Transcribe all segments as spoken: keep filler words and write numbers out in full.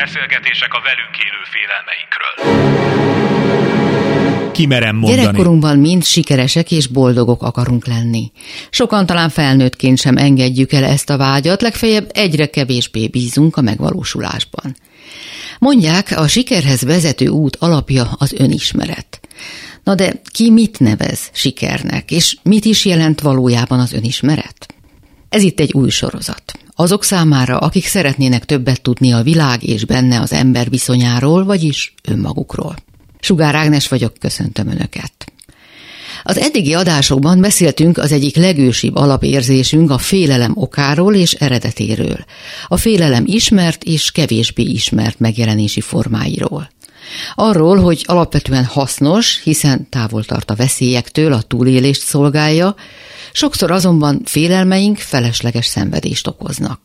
Beszélgetések a velünk élő félelmeinkről. Kimerem mondani. Gyerekkorunkban mind sikeresek és boldogok akarunk lenni. Sokan talán felnőttként sem engedjük el ezt a vágyat, legfeljebb egyre kevésbé bízunk a megvalósulásban. Mondják, a sikerhez vezető út alapja az önismeret. Na de ki mit nevez sikernek, és mit is jelent valójában az önismeret? Ez itt egy új sorozat. Azok számára, akik szeretnének többet tudni a világ és benne az ember viszonyáról, vagyis önmagukról. Sugár Ágnes vagyok, köszöntöm Önöket. Az eddigi adásokban beszéltünk az egyik legősibb alapérzésünk a félelem okáról és eredetéről. A félelem ismert és kevésbé ismert megjelenési formáiról. Arról, hogy alapvetően hasznos, hiszen távol tart a veszélyektől, a túlélést szolgálja, sokszor azonban félelmeink felesleges szenvedést okoznak.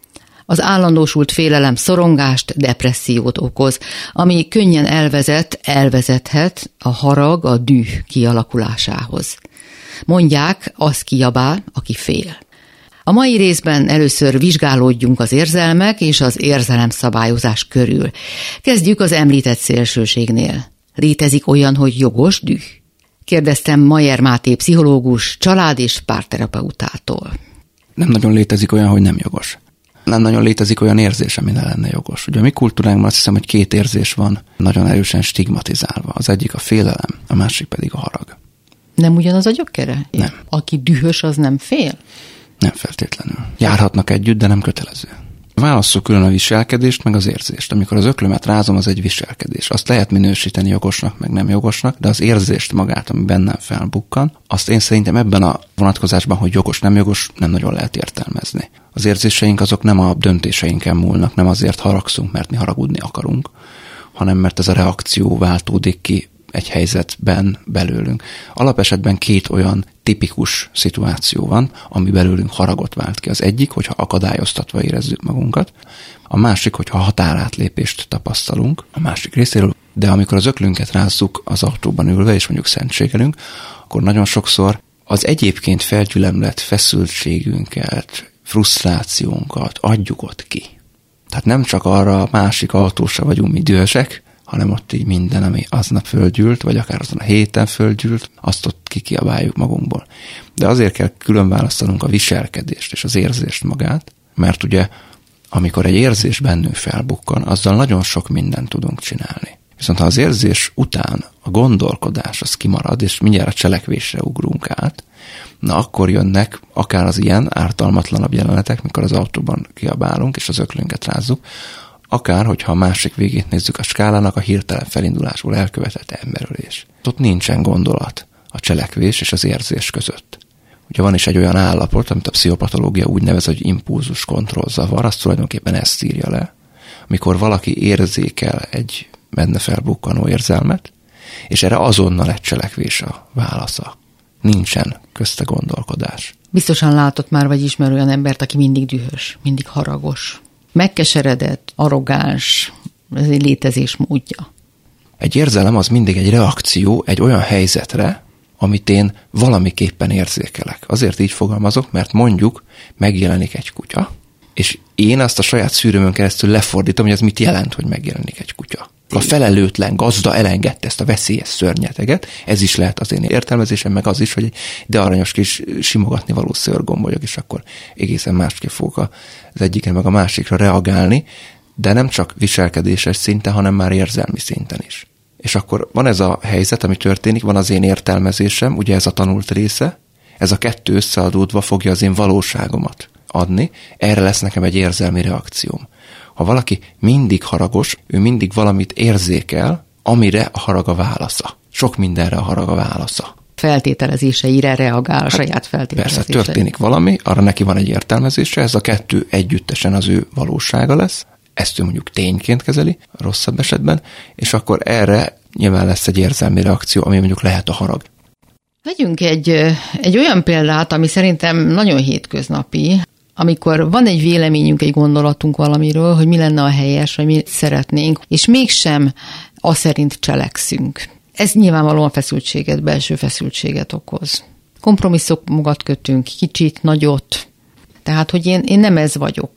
Az állandósult félelem szorongást, depressziót okoz, ami könnyen elvezet, elvezethet a harag, a düh kialakulásához. Mondják, az kiabál, aki fél. A mai részben először vizsgálódjunk az érzelmek és az érzelemszabályozás körül. Kezdjük az említett szélsőségnél. Létezik olyan, hogy jogos düh? Kérdeztem Mayer Máté pszichológus, család- és párterapeutától. Nem nagyon létezik olyan, hogy nem jogos. Nem nagyon létezik olyan érzés, ami ne lenne jogos. Ugye a mi kultúránkban azt hiszem, hogy két érzés van nagyon erősen stigmatizálva. Az egyik a félelem, a másik pedig a harag. Nem ugyanaz a gyökere? Nem. Aki dühös, az nem fél? Nem feltétlenül. Járhatnak együtt, de nem kötelező. Válasszuk külön a viselkedést, meg az érzést. Amikor az öklömet rázom, az egy viselkedés. Azt lehet minősíteni jogosnak, meg nem jogosnak, de az érzést magát, ami bennem felbukkan, azt én szerintem ebben a vonatkozásban, hogy jogos, nem jogos, nem nagyon lehet értelmezni. Az érzéseink azok nem a döntéseinken múlnak, nem azért haragszunk, mert mi haragudni akarunk, hanem mert ez a reakció váltódik ki egy helyzetben belőlünk. Alapesetben két olyan tipikus szituáció van, ami belőlünk haragot vált ki. Az egyik, hogyha akadályoztatva érezzük magunkat, a másik, hogyha határátlépést tapasztalunk a másik részéről, de amikor az öklünket rázzuk az autóban ülve, és mondjuk szentségelünk, akkor nagyon sokszor az egyébként felgyülemlett feszültségünket, frusztrációnkat adjuk ott ki. Tehát nem csak arra a másik autósra vagyunk mi dühösek, hanem ott így minden, ami aznap földgyűlt, vagy akár azon a héten földgyűlt, azt ott kikiabáljuk magunkból. De azért kell külön választanunk a viselkedést és az érzést magát, mert ugye, amikor egy érzés bennünk felbukkan, azzal nagyon sok mindent tudunk csinálni. Viszont ha az érzés után a gondolkodás az kimarad, és mindjárt a cselekvésre ugrunk át, na akkor jönnek akár az ilyen ártalmatlanabb jelenetek, mikor az autóban kiabálunk, és az öklünket rázzuk, akár, hogyha a másik végét nézzük a skálának, a hirtelen felindulásból elkövetett emberölés. Ott nincsen gondolat a cselekvés és az érzés között. Ugye van is egy olyan állapot, amit a pszichopatológia úgy nevez, hogy impulzus kontrollzavar, azt tulajdonképpen ezt írja le, amikor valaki érzékel egy benne felbukkanó érzelmet, és erre azonnal egy cselekvés a válasza. Nincsen közte gondolkodás. Biztosan látott már, vagy ismer olyan embert, aki mindig dühös, mindig haragos. Megkeseredett, arrogáns, ez egy létezés módja. Egy érzelem az mindig egy reakció egy olyan helyzetre, amit én valamiképpen érzékelek. Azért így fogalmazok, mert mondjuk megjelenik egy kutya, és én azt a saját szűrőmön keresztül lefordítom, hogy ez mit jelent, hogy megjelenik egy kutya. A felelőtlen gazda elengedte ezt a veszélyes szörnyeteget, ez is lehet az én értelmezésem, meg az is, hogy de aranyos kis simogatni való szőrgomb és akkor egészen másképp fogok az egyikre meg a másikra reagálni, de nem csak viselkedéses szinten, hanem már érzelmi szinten is. És akkor van ez a helyzet, ami történik, van az én értelmezésem, ugye ez a tanult része, ez a kettő összeadódva fogja az én valóságomat adni, erre lesz nekem egy érzelmi reakcióm. Ha valaki mindig haragos, ő mindig valamit érzékel, amire a harag a válasza. Sok mindenre a harag a válasza. Feltételezéseire reagál, a hát saját feltételezéseire. Persze, történik valami, arra neki van egy értelmezése, ez a kettő együttesen az ő valósága lesz, ezt ő mondjuk tényként kezeli, rosszabb esetben, és akkor erre nyilván lesz egy érzelmi reakció, ami mondjuk lehet a harag. Vegyünk egy, egy olyan példát, ami szerintem nagyon hétköznapi, amikor van egy véleményünk, egy gondolatunk valamiről, hogy mi lenne a helyes, vagy mi szeretnénk, és mégsem az szerint cselekszünk. Ez nyilvánvalóan feszültséget, belső feszültséget okoz. Kompromisszumokat kötünk, kicsit, nagyot. Tehát, hogy én, én nem ez vagyok.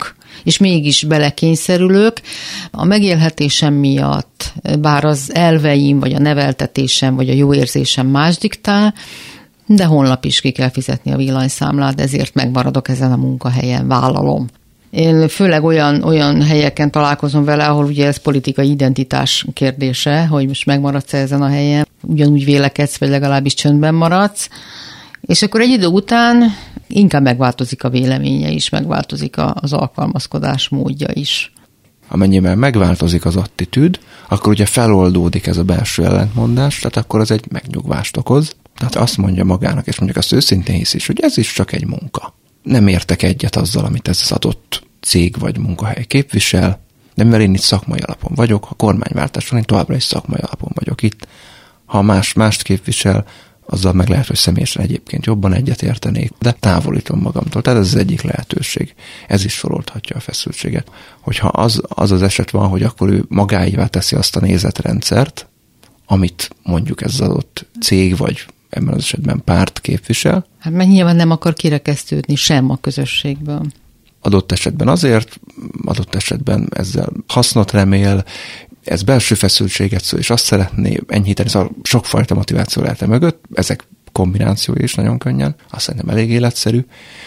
és mégis belekényszerülök. A megélhetésem miatt, bár az elveim, vagy a neveltetésem, vagy a jó érzésem más diktál, de holnap is ki kell fizetni a villanyszámlát, ezért megmaradok ezen a munkahelyen, vállalom. Én főleg olyan, olyan helyeken találkozom vele, ahol ugye ez politikai identitás kérdése, hogy most megmaradsz ezen a helyen, ugyanúgy vélekedsz, vagy legalábbis csöndben maradsz, és akkor egy idő után inkább megváltozik a véleménye is, megváltozik az alkalmazkodás módja is. Amennyiben megváltozik az attitűd, akkor ugye feloldódik ez a belső ellentmondás, tehát akkor az egy megnyugvást okoz. Tehát azt mondja magának, és mondjuk azt őszintén hisz is, hogy ez is csak egy munka. Nem értek egyet azzal, amit ez az adott cég vagy munkahely képvisel, de mivel én itt szakmai alapon vagyok, ha kormányváltás van, én továbbra is szakmai alapon vagyok itt. Ha más mást képvisel, azzal meg lehet, hogy személyesen egyébként jobban egyetértenék, de távolítom magamtól. Tehát ez az egyik lehetőség. Ez is feloldhatja a feszültséget. Hogyha az, az az eset van, hogy akkor ő magáévá teszi azt a nézetrendszert, amit mondjuk ez az adott cég, vagy ebben az esetben párt képvisel. Hát mert nyilván nem akar kirekesztődni sem a közösségből. Adott esetben azért, adott esetben ezzel hasznot remél, ez belső feszültséget szól, és azt szeretné enyhíteni, szóval sokfajta motiváció lehet e mögött, ezek kombinációi is nagyon könnyen, azt szerintem elég életszerű.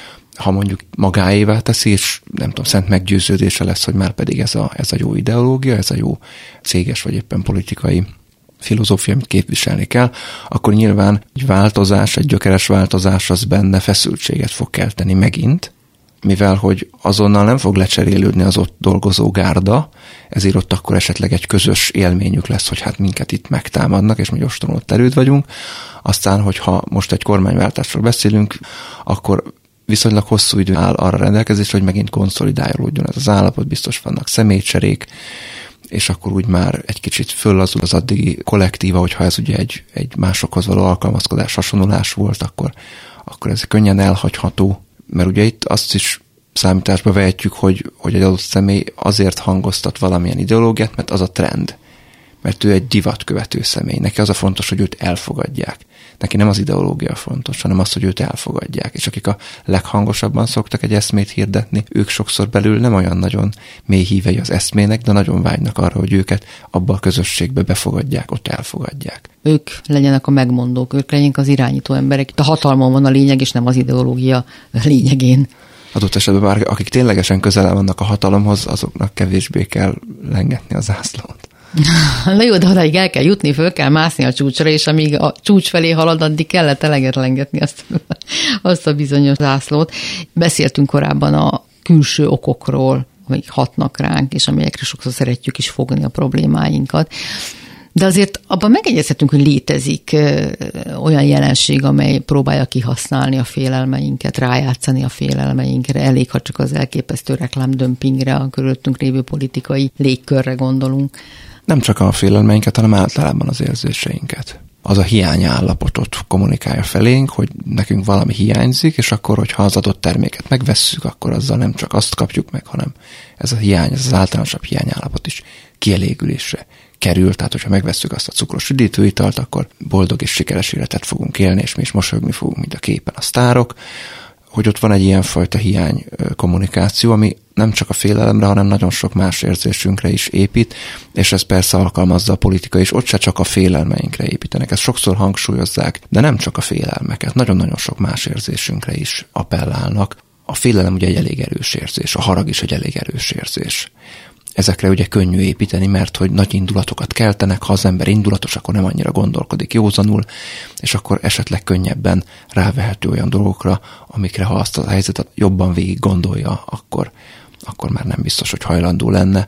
Ha mondjuk magáévá teszi, és nem tudom, szent meggyőződése lesz, hogy már pedig ez a, ez a jó ideológia, ez a jó céges vagy éppen politikai filozófia, amit képviselni kell, akkor nyilván egy változás, egy gyökeres változás az benne feszültséget fog kelteni megint, mivel hogy azonnal nem fog lecserélődni az ott dolgozó gárda, ezért ott akkor esetleg egy közös élményük lesz, hogy hát minket itt megtámadnak, és mi ostorul ott erőd vagyunk. Aztán, hogyha most egy kormányváltásról beszélünk, akkor viszonylag hosszú idő áll arra rendelkezésre, hogy megint konszolidálódjon ez az állapot, biztos vannak személycserék, és akkor úgy már egy kicsit föllazul az addigi kollektíva, hogyha ez ugye egy, egy másokhoz való alkalmazkodás, hasonlulás volt, akkor, akkor ez könnyen elhagyható, mert ugye itt azt is számításba vehetjük, hogy, hogy egy adott személy azért hangoztat valamilyen ideológiát, mert az a trend. Mert ő egy divatkövető személy. Neki az a fontos, hogy őt elfogadják. Neki nem az ideológia fontos, hanem az, hogy őt elfogadják. És akik a leghangosabban szoktak egy eszmét hirdetni, ők sokszor belül nem olyan nagyon mély hívei az eszmének, de nagyon vágynak arra, hogy őket abba a közösségbe befogadják, ott elfogadják. Ők legyenek a megmondók, ők legyenek az irányító emberek. Itt a hatalmon van a lényeg, és nem az ideológia lényegén. Adott esetben bár akik ténylegesen közel vannak a hatalomhoz, azoknak kevésbé kell lengetni a zászlót. Na jó, de odaig el kell jutni, föl kell mászni a csúcsra, és amíg a csúcs felé halad, addig kellett eleget lengetni azt, azt a bizonyos zászlót. Beszéltünk korábban a külső okokról, amik hatnak ránk, és amelyekre sokszor szeretjük is fogni a problémáinkat. De azért abban megegyezhetünk, hogy létezik olyan jelenség, amely próbálja kihasználni a félelmeinket, rájátszani a félelmeinkre. Elég, ha csak az elképesztő reklámdömpingre, a körülöttünk lévő politikai légkörre gondolunk. Nem csak a félelmeinket, hanem általában az érzéseinket. Az a hiányállapotot kommunikálja felénk, hogy nekünk valami hiányzik, és akkor, hogyha az adott terméket megvesszük, akkor azzal nem csak azt kapjuk meg, hanem ez a hiány, ez az általánosabb hiányállapot is kielégülésre kerül. Tehát, hogyha megvesszük azt a cukros üdítőitalt, akkor boldog és sikeres életet fogunk élni, és mi is mosolyogni fogunk, mint a képen a sztárok. Hogy ott van egy ilyenfajta hiány kommunikáció, ami nem csak a félelemre, hanem nagyon sok más érzésünkre is épít, és ez persze alkalmazza a politika, és ott se csak a félelmeinkre építenek. Ezt sokszor hangsúlyozzák, de nem csak a félelmeket, nagyon-nagyon sok más érzésünkre is appellálnak. A félelem ugye egy elég erős érzés, a harag is egy elég erős érzés. Ezekre ugye könnyű építeni, mert hogy nagy indulatokat keltenek, ha az ember indulatos, akkor nem annyira gondolkodik józanul, és akkor esetleg könnyebben rávehető olyan dolgokra, amikre ha azt a helyzetet jobban végig gondolja, akkor, akkor már nem biztos, hogy hajlandó lenne.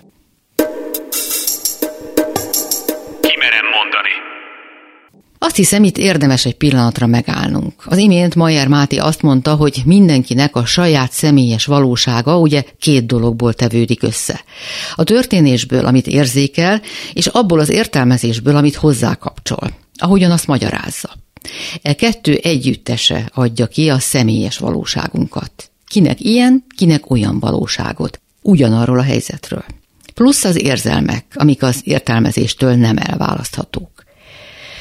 Kimerem mondani. Azt hiszem, itt érdemes egy pillanatra megállnunk. Az imént Mayer Máté azt mondta, hogy mindenkinek a saját személyes valósága ugye két dologból tevődik össze. A történésből, amit érzékel, és abból az értelmezésből, amit hozzákapcsol, ahogyan azt magyarázza. E kettő együttese adja ki a személyes valóságunkat. Kinek ilyen, kinek olyan valóságot. Ugyanarról a helyzetről. Plusz az érzelmek, amik az értelmezéstől nem elválaszthatók.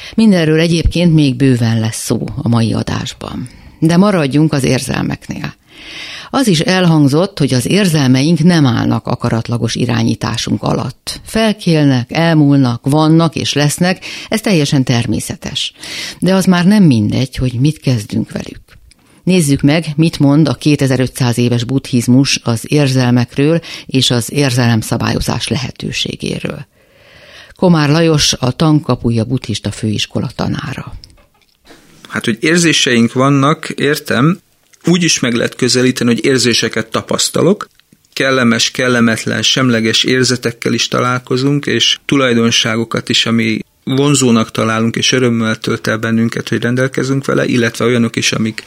Mindenről egyébként még bőven lesz szó a mai adásban. De maradjunk az érzelmeknél. Az is elhangzott, hogy az érzelmeink nem állnak akaratlagos irányításunk alatt. Felkélnek, elmúlnak, vannak és lesznek, ez teljesen természetes. De az már nem mindegy, hogy mit kezdünk velük. Nézzük meg, mit mond a kétezer-ötszáz éves buddhizmus az érzelmekről és az érzelemszabályozás lehetőségéről. Komár Lajos, a Tankapuja buddhista főiskola tanára. Hát, hogy érzéseink vannak, értem, úgy is meg lehet közelíteni, hogy érzéseket tapasztalok, kellemes, kellemetlen, semleges érzetekkel is találkozunk, és tulajdonságokat is, ami vonzónak találunk, és örömmel tölt el bennünket, hogy rendelkezünk vele, illetve olyanok is, amik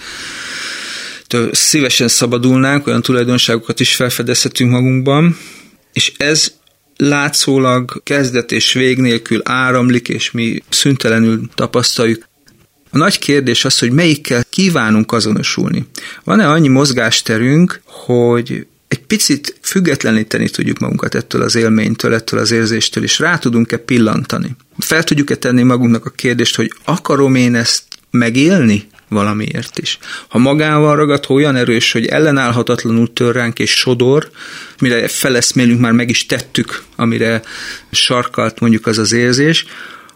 szívesen szabadulnánk, olyan tulajdonságokat is felfedezhetünk magunkban, és ez látszólag kezdet és vég nélkül áramlik, és mi szüntelenül tapasztaljuk. A nagy kérdés az, hogy melyikkel kívánunk azonosulni. Van-e annyi mozgásterünk, hogy egy picit függetleníteni tudjuk magunkat ettől az élménytől, ettől az érzéstől, és rá tudunk-e pillantani? Fel tudjuk-e tenni magunknak a kérdést, hogy akarom én ezt megélni valamiért is? Ha magával ragad, ha olyan erős, hogy ellenállhatatlanul tör ránk és sodor, mire feleszmélünk, már meg is tettük, amire sarkalt mondjuk az az érzés,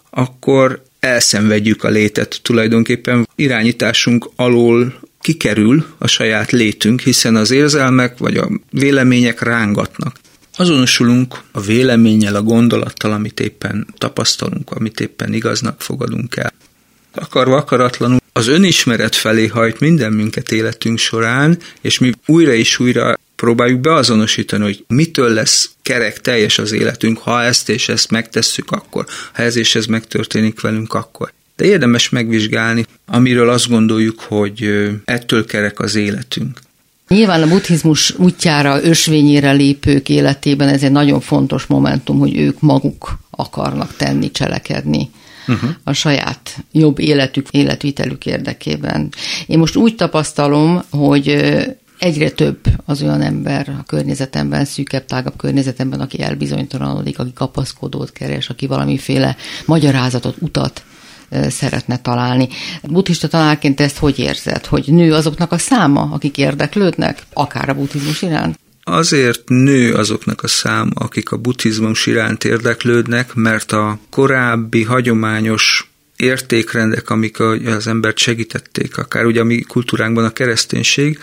akkor elszenvedjük a létet tulajdonképpen, irányításunk alól kikerül a saját létünk, hiszen az érzelmek vagy a vélemények rángatnak. Azonosulunk a véleménnyel, a gondolattal, amit éppen tapasztalunk, amit éppen igaznak fogadunk el. Akarva akaratlanul az önismeret felé hajt minden minket életünk során, és mi újra és újra próbáljuk beazonosítani, hogy mitől lesz kerek teljes az életünk, ha ezt és ezt megtesszük akkor, ha ez és ez megtörténik velünk akkor. De érdemes megvizsgálni, amiről azt gondoljuk, hogy ettől kerek az életünk. Nyilván a buddhizmus útjára, ösvényére lépők életében ez egy nagyon fontos momentum, hogy ők maguk akarnak tenni, cselekedni. Uh-huh. A saját jobb életük, életvitelük érdekében. Én most úgy tapasztalom, hogy egyre több az olyan ember a környezetemben, szűkebb, tágabb környezetemben, aki elbizonytalanodik, aki kapaszkodót keres, aki valamiféle magyarázatot, utat szeretne találni. Buddhista tanárként ezt hogy érzed? Hogy nő azoknak a száma, akik érdeklődnek, akár a buddhizmus iránt? Azért nő azoknak a száma, akik a buddhizmus iránt érdeklődnek, mert a korábbi hagyományos értékrendek, amik az embert segítették, akár ugye a mi kultúránkban a kereszténység,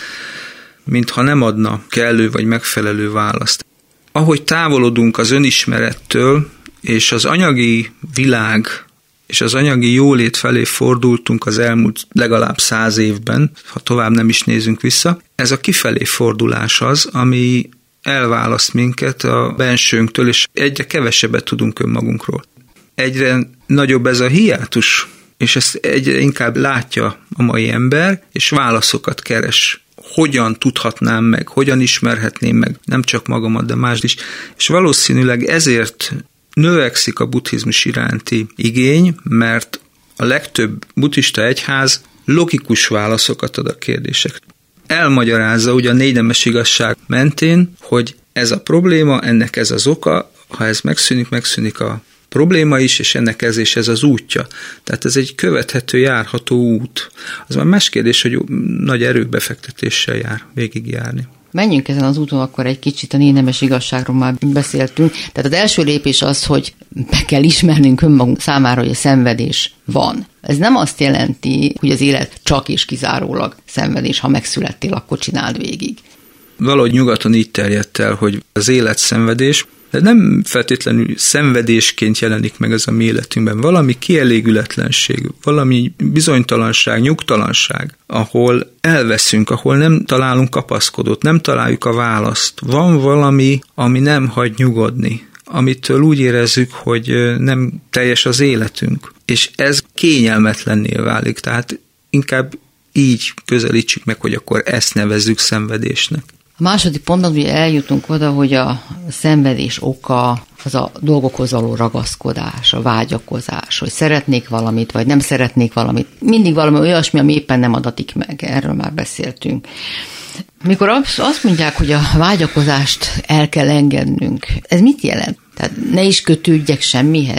mintha nem adna kellő vagy megfelelő választ. Ahogy távolodunk az önismerettől, és az anyagi világ és az anyagi jólét felé fordultunk az elmúlt legalább száz évben, ha tovább nem is nézünk vissza, ez a kifelé fordulás az, ami elválaszt minket a bensőnktől, és egyre kevesebbet tudunk önmagunkról. Egyre nagyobb ez a hiátus, és ezt egyre inkább látja a mai ember, és válaszokat keres. Hogyan tudhatnám meg, hogyan ismerhetném meg, nem csak magamat, de mást is. És valószínűleg ezért növekszik a buddhizmus iránti igény, mert a legtöbb buddhista egyház logikus válaszokat ad a kérdésekre. Elmagyarázza ugye a négy nemes igazság mentén, hogy ez a probléma, ennek ez az oka, ha ez megszűnik, megszűnik a probléma is, és ennek ez és ez az útja. Tehát ez egy követhető, járható út. Az már más kérdés, hogy nagy erőbefektetéssel jár, végigjárni. Menjünk ezen az úton, akkor egy kicsit a négy nemes igazságról már beszéltünk. Tehát az első lépés az, hogy be kell ismernünk önmagunk számára, hogy a szenvedés van. Ez nem azt jelenti, hogy az élet csak és kizárólag szenvedés, ha megszülettél, akkor csináld végig. Valahogy nyugaton így terjedt el, hogy az élet szenvedés, de nem feltétlenül szenvedésként jelenik meg ez a mi életünkben. Valami kielégületlenség, valami bizonytalanság, nyugtalanság, ahol elveszünk, ahol nem találunk kapaszkodót, nem találjuk a választ. Van valami, ami nem hagy nyugodni, amitől úgy érezzük, hogy nem teljes az életünk. És ez kényelmetlenné válik, tehát inkább így közelítsük meg, hogy akkor ezt nevezzük szenvedésnek. A második pontban ugye eljutunk oda, hogy a szenvedés oka az a dolgokhoz való ragaszkodás, a vágyakozás, hogy szeretnék valamit, vagy nem szeretnék valamit. Mindig valami olyasmi, ami éppen nem adatik meg, erről már beszéltünk. Mikor azt mondják, hogy a vágyakozást el kell engednünk, ez mit jelent? Tehát ne is kötődjek semmihez.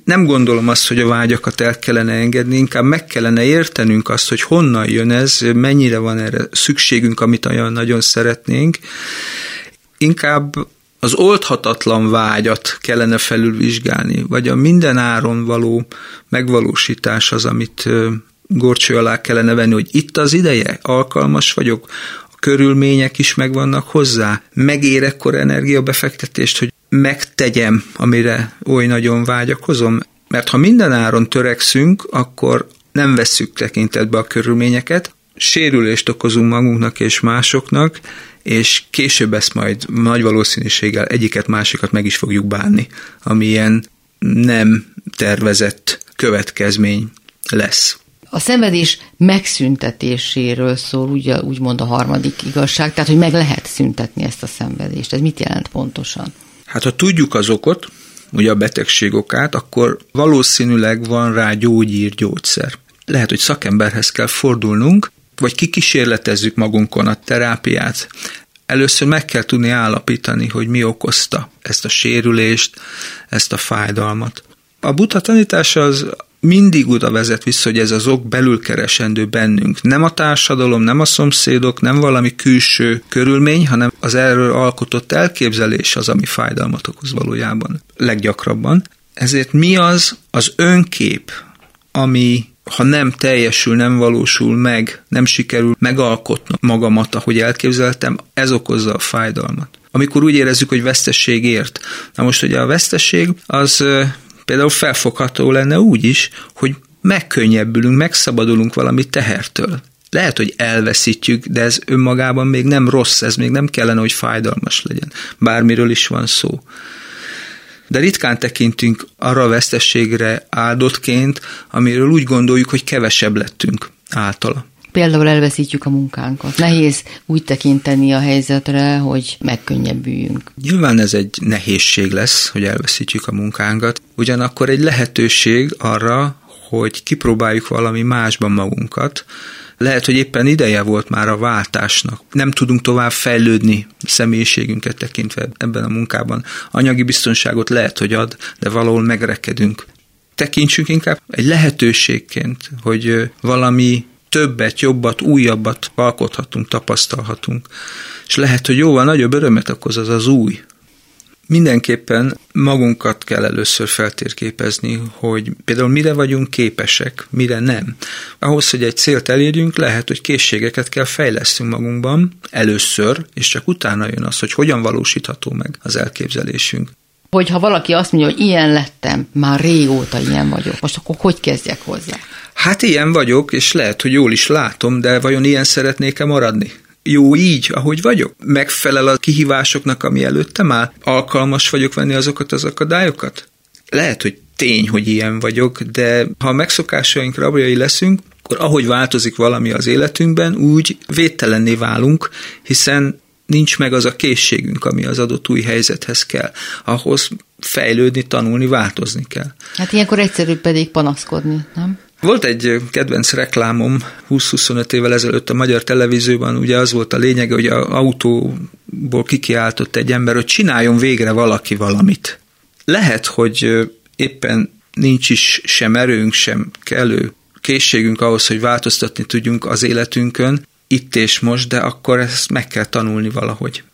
Nem gondolom azt, hogy a vágyakat el kellene engedni, inkább meg kellene értenünk azt, hogy honnan jön ez, mennyire van erre szükségünk, amit olyan nagyon szeretnénk. Inkább az oldhatatlan vágyat kellene felülvizsgálni, vagy a minden áron való megvalósítás az, amit górcső alá kellene venni, hogy itt az ideje, alkalmas vagyok, a körülmények is megvannak hozzá, megér ekkor energiabefektetést, hogy megtegyem, amire oly nagyon vágyakozom, mert ha minden áron törekszünk, akkor nem vesszük tekintetbe a körülményeket, sérülést okozunk magunknak és másoknak, és később ezt majd nagy valószínűséggel egyiket másikat meg is fogjuk bánni, ami ilyen nem tervezett következmény lesz. A szenvedés megszüntetéséről szól, ugye, úgymond a harmadik igazság, tehát hogy meg lehet szüntetni ezt a szenvedést. Ez mit jelent pontosan? Hát ha tudjuk az okot, ugye a betegség okát, akkor valószínűleg van rá gyógyír, gyógyszer. Lehet, hogy szakemberhez kell fordulnunk, vagy kikísérletezzük magunkon a terápiát. Először meg kell tudni állapítani, hogy mi okozta ezt a sérülést, ezt a fájdalmat. A Buddha tanítása az mindig oda vezet vissza, hogy ez az ok belülkeresendő bennünk. Nem a társadalom, nem a szomszédok, nem valami külső körülmény, hanem az erről alkotott elképzelés az, ami fájdalmat okoz valójában leggyakrabban. Ezért mi az az önkép, ami ha nem teljesül, nem valósul meg, nem sikerül megalkotnom magamat, ahogy elképzeltem, ez okozza a fájdalmat. Amikor úgy érezzük, hogy veszteség ért. Na most ugye a veszteség az például felfogható lenne úgy is, hogy megkönnyebbülünk, megszabadulunk valami tehertől. Lehet, hogy elveszítjük, de ez önmagában még nem rossz, ez még nem kellene, hogy fájdalmas legyen. Bármiről is van szó. De ritkán tekintünk arra a vesztességre áldottként, amiről úgy gondoljuk, hogy kevesebb lettünk általa. Például elveszítjük a munkánkat. Nehéz úgy tekinteni a helyzetre, hogy megkönnyebbüljünk. Nyilván ez egy nehézség lesz, hogy elveszítjük a munkánkat. Ugyanakkor egy lehetőség arra, hogy kipróbáljuk valami másban magunkat. Lehet, hogy éppen ideje volt már a váltásnak. Nem tudunk tovább fejlődni személyiségünket tekintve ebben a munkában. Anyagi biztonságot lehet, hogy ad, de valahol megrekedünk. Tekintsünk inkább egy lehetőségként, hogy valami többet, jobbat, újabbat alkothatunk, tapasztalhatunk. És lehet, hogy jóval nagyobb örömet okoz az az új. Mindenképpen magunkat kell először feltérképezni, hogy például mire vagyunk képesek, mire nem. Ahhoz, hogy egy célt elérjünk, lehet, hogy készségeket kell fejlesztünk magunkban először, és csak utána jön az, hogy hogyan valósítható meg az elképzelésünk. Hogyha valaki azt mondja, hogy ilyen lettem, már régóta ilyen vagyok, most akkor hogy kezdjek hozzá? Hát ilyen vagyok, és lehet, hogy jól is látom, de vajon ilyen szeretnék-e maradni? Jó így, ahogy vagyok? Megfelel a kihívásoknak, ami előttem áll? Alkalmas vagyok venni azokat az akadályokat? Lehet, hogy tény, hogy ilyen vagyok, de ha a megszokásaink rabjai leszünk, akkor ahogy változik valami az életünkben, úgy védtelenné válunk, hiszen nincs meg az a készségünk, ami az adott új helyzethez kell. Ahhoz fejlődni, tanulni, változni kell. Hát ilyenkor egyszerűbb pedig panaszkodni, nem? Volt egy kedvenc reklámom húsz-huszonöt évvel ezelőtt a magyar televízióban, ugye az volt a lényege, hogy az autóból kikiáltott egy ember, hogy csináljon végre valaki valamit. Lehet, hogy éppen nincs is sem erőnk, sem kellő készségünk ahhoz, hogy változtatni tudjunk az életünkön, itt és most, de akkor ezt meg kell tanulni valahogy.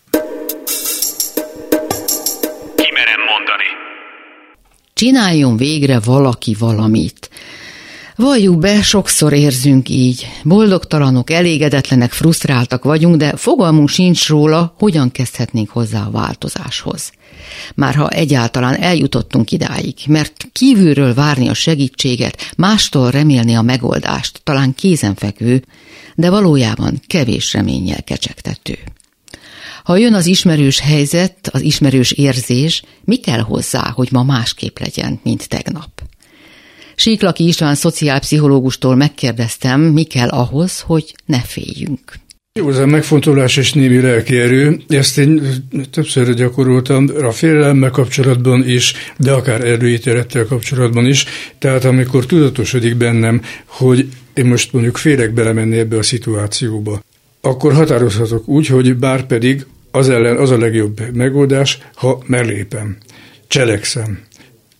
Kimerem mondani. Csináljon végre valaki valamit. Valljuk be, sokszor érzünk így. Boldogtalanok, elégedetlenek, frusztráltak vagyunk, de fogalmunk sincs róla, hogyan kezdhetnénk hozzá a változáshoz. Már ha egyáltalán eljutottunk idáig, mert kívülről várni a segítséget, mástól remélni a megoldást, talán kézenfekvő, de valójában kevés reménnyel kecsegtető. Ha jön az ismerős helyzet, az ismerős érzés, mi kell hozzá, hogy ma másképp legyen, mint tegnap? Síklaki István szociálpszichológustól megkérdeztem, mi kell ahhoz, hogy ne féljünk. Józan megfontolás és némi lelki erő, ezt én többször gyakoroltam a félelemmel kapcsolatban is, de akár előítélettel kapcsolatban is. Tehát amikor tudatosodik bennem, hogy én most mondjuk félek belemenni ebbe a szituációba, akkor határozhatok úgy, hogy bár pedig az ellen az a legjobb megoldás, ha mellépem, cselekszem.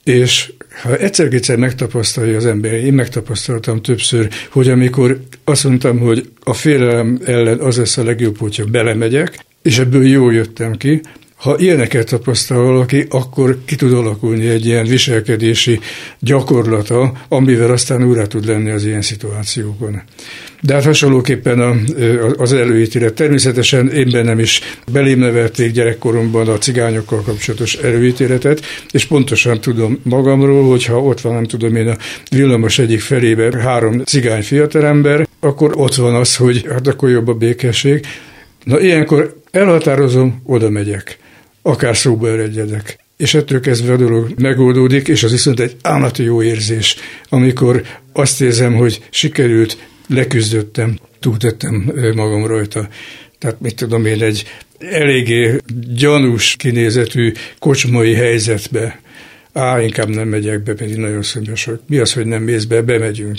És ha egyszer-kétszer megtapasztalja az ember, én megtapasztaltam többször, hogy amikor azt mondtam, hogy a félelem ellen az lesz a legjobb, hogyha belemegyek, és ebből jól jöttem ki, ha ilyeneket tapasztal valaki, akkor ki tud alakulni egy ilyen viselkedési gyakorlata, amivel aztán úrá tud lenni az ilyen szituációkon. De hát hasonlóképpen a, az előítélet. Természetesen én bennem is belém nevelték gyerekkoromban a cigányokkal kapcsolatos előítéletet, és pontosan tudom magamról, hogyha ott van, nem tudom én, a villamos egyik felébe három cigány fiatalember, akkor ott van az, hogy hát akkor jobb a békesség. Na ilyenkor elhatározom, oda megyek. Akár szóba eredjedek. És ettől kezdve a dolog megoldódik, és az viszont egy állati jó érzés, amikor azt érzem, hogy sikerült, leküzdöttem, túltettem magam rajta. Tehát mit tudom én, egy eléggé gyanús kinézetű kocsmai helyzetbe. Á, inkább nem megyek be, pedig nagyon szomjas vagyok. Mi az, hogy nem mész be, bemegyünk.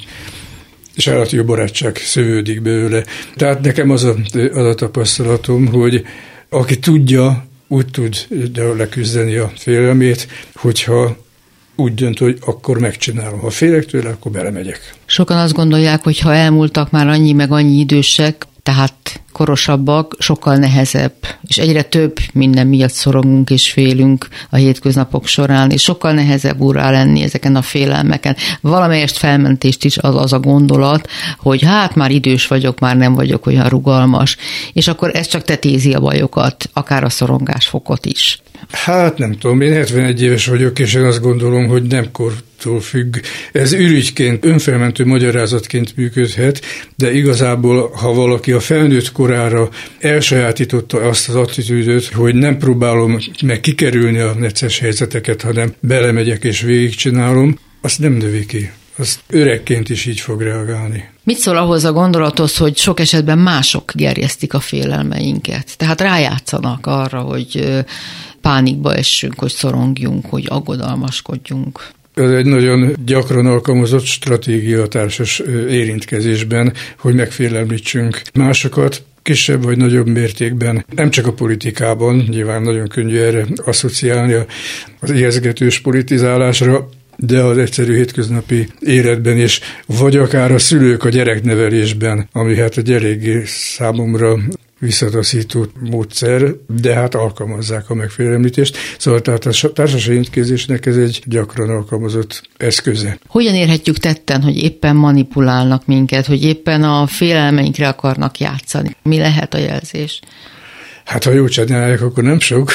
És állati jó barátság szövődik belőle. Tehát nekem az a, az a tapasztalatom, hogy aki tudja, úgy tud leküzdeni a félelmét, hogyha úgy dönt, hogy akkor megcsinálom. Ha félek tőle, akkor belemegyek. Sokan azt gondolják, hogy ha elmúltak már annyi meg annyi idősek, tehát korosabbak, sokkal nehezebb, és egyre több minden miatt szorongunk és félünk a hétköznapok során, és sokkal nehezebb úrrá lenni ezeken a félelmeken. Valamelyest felmentést is az, az a gondolat, hogy hát már idős vagyok, már nem vagyok olyan rugalmas, és akkor ez csak tetézi a bajokat, akár a szorongásfokot is. Hát nem tudom, én hetvenegy éves vagyok, és én azt gondolom, hogy nem kortól függ. Ez ürügyként, önfelmentő magyarázatként működhet, de igazából, ha valaki a felnőtt korára elsajátította azt az attitűdöt, hogy nem próbálom meg kikerülni a necces helyzeteket, hanem belemegyek és végigcsinálom, azt nem növi ki. Azt öregként is így fog reagálni. Mit szól ahhoz a gondolathoz, hogy sok esetben mások gerjesztik a félelmeinket? Tehát rájátszanak arra, hogy pánikba essünk, hogy szorongjunk, hogy aggodalmaskodjunk. Ez egy nagyon gyakran alkalmazott stratégia a társas érintkezésben, hogy megfélemlítsünk másokat, kisebb vagy nagyobb mértékben. Nem csak a politikában, nyilván nagyon könnyű erre asszociálni az ijesztgetős politizálásra, de az egyszerű hétköznapi életben is, vagy akár a szülők a gyereknevelésben, ami hát egy eléggé számomra visszataszító módszer, de hát alkalmazzák a megfélemlítést. Szóval tehát a társas érintkezésnek ez egy gyakran alkalmazott eszköze. Hogyan érhetjük tetten, hogy éppen manipulálnak minket, hogy éppen a félelmeinkre akarnak játszani? Mi lehet a jelzés? Hát ha jól csinálják, akkor nem sok.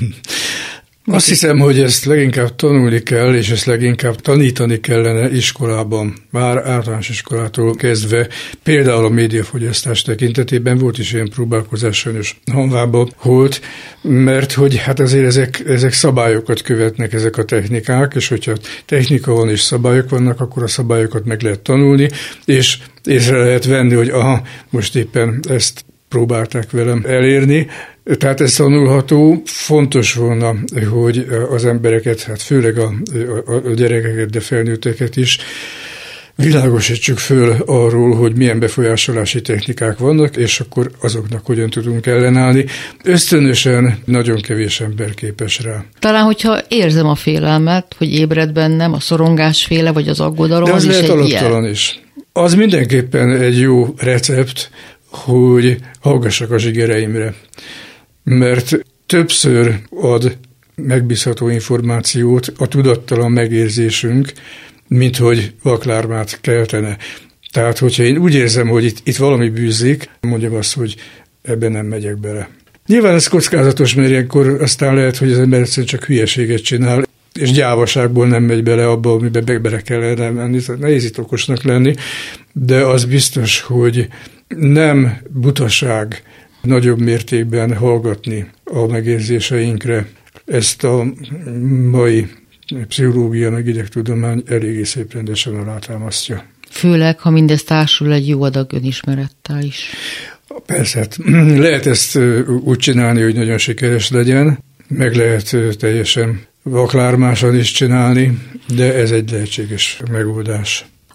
Azt hiszem, hogy ezt leginkább tanulni kell, és ezt leginkább tanítani kellene iskolában, már általános iskolától kezdve. Például a médiafogyasztás tekintetében volt is ilyen próbálkozás sajnos Honvába volt, mert hogy hát azért ezek, ezek szabályokat követnek, ezek a technikák, és hogyha technika van és szabályok vannak, akkor a szabályokat meg lehet tanulni, és észre lehet venni, hogy aha, most éppen ezt próbálták velem elérni. Tehát ez tanulható, fontos volna, hogy az embereket, hát főleg a, a, a gyerekeket, de felnőtteket is világosítsuk föl arról, hogy milyen befolyásolási technikák vannak, és akkor azoknak hogyan tudunk ellenállni. Ösztönösen nagyon kevés ember képes rá. Talán, hogyha érzem a félelmet, hogy ébred bennem a szorongásféle, vagy az aggodalom, de az, az lehet is egy alaptalan ilyen. is. Az mindenképpen egy jó recept, hogy hallgassak a zsigereimre. Mert többször ad megbízható információt a tudattalan megérzésünk, mint hogy vaklármát keltene. Tehát, hogyha én úgy érzem, hogy itt, itt valami bűzik, mondjam azt, hogy ebben nem megyek bele. Nyilván ez kockázatos, mert ilyenkor aztán lehet, hogy az ember egyszerűen csak hülyeséget csinál, és gyávaságból nem megy bele abba, amiben bele kellene menni. Nehéz itt okosnak lenni, de az biztos, hogy nem butaság nagyobb mértékben hallgatni a megérzéseinkre. Ezt a mai pszichológia meg idegtudomány eléggé szép rendesen alátámasztja. Főleg, ha mindez társul egy jó adag önismerettel is. Persze, hát lehet ezt úgy csinálni, hogy nagyon sikeres legyen, meg lehet teljesen vaklármásan is csinálni, de ez egy lehetséges megoldás.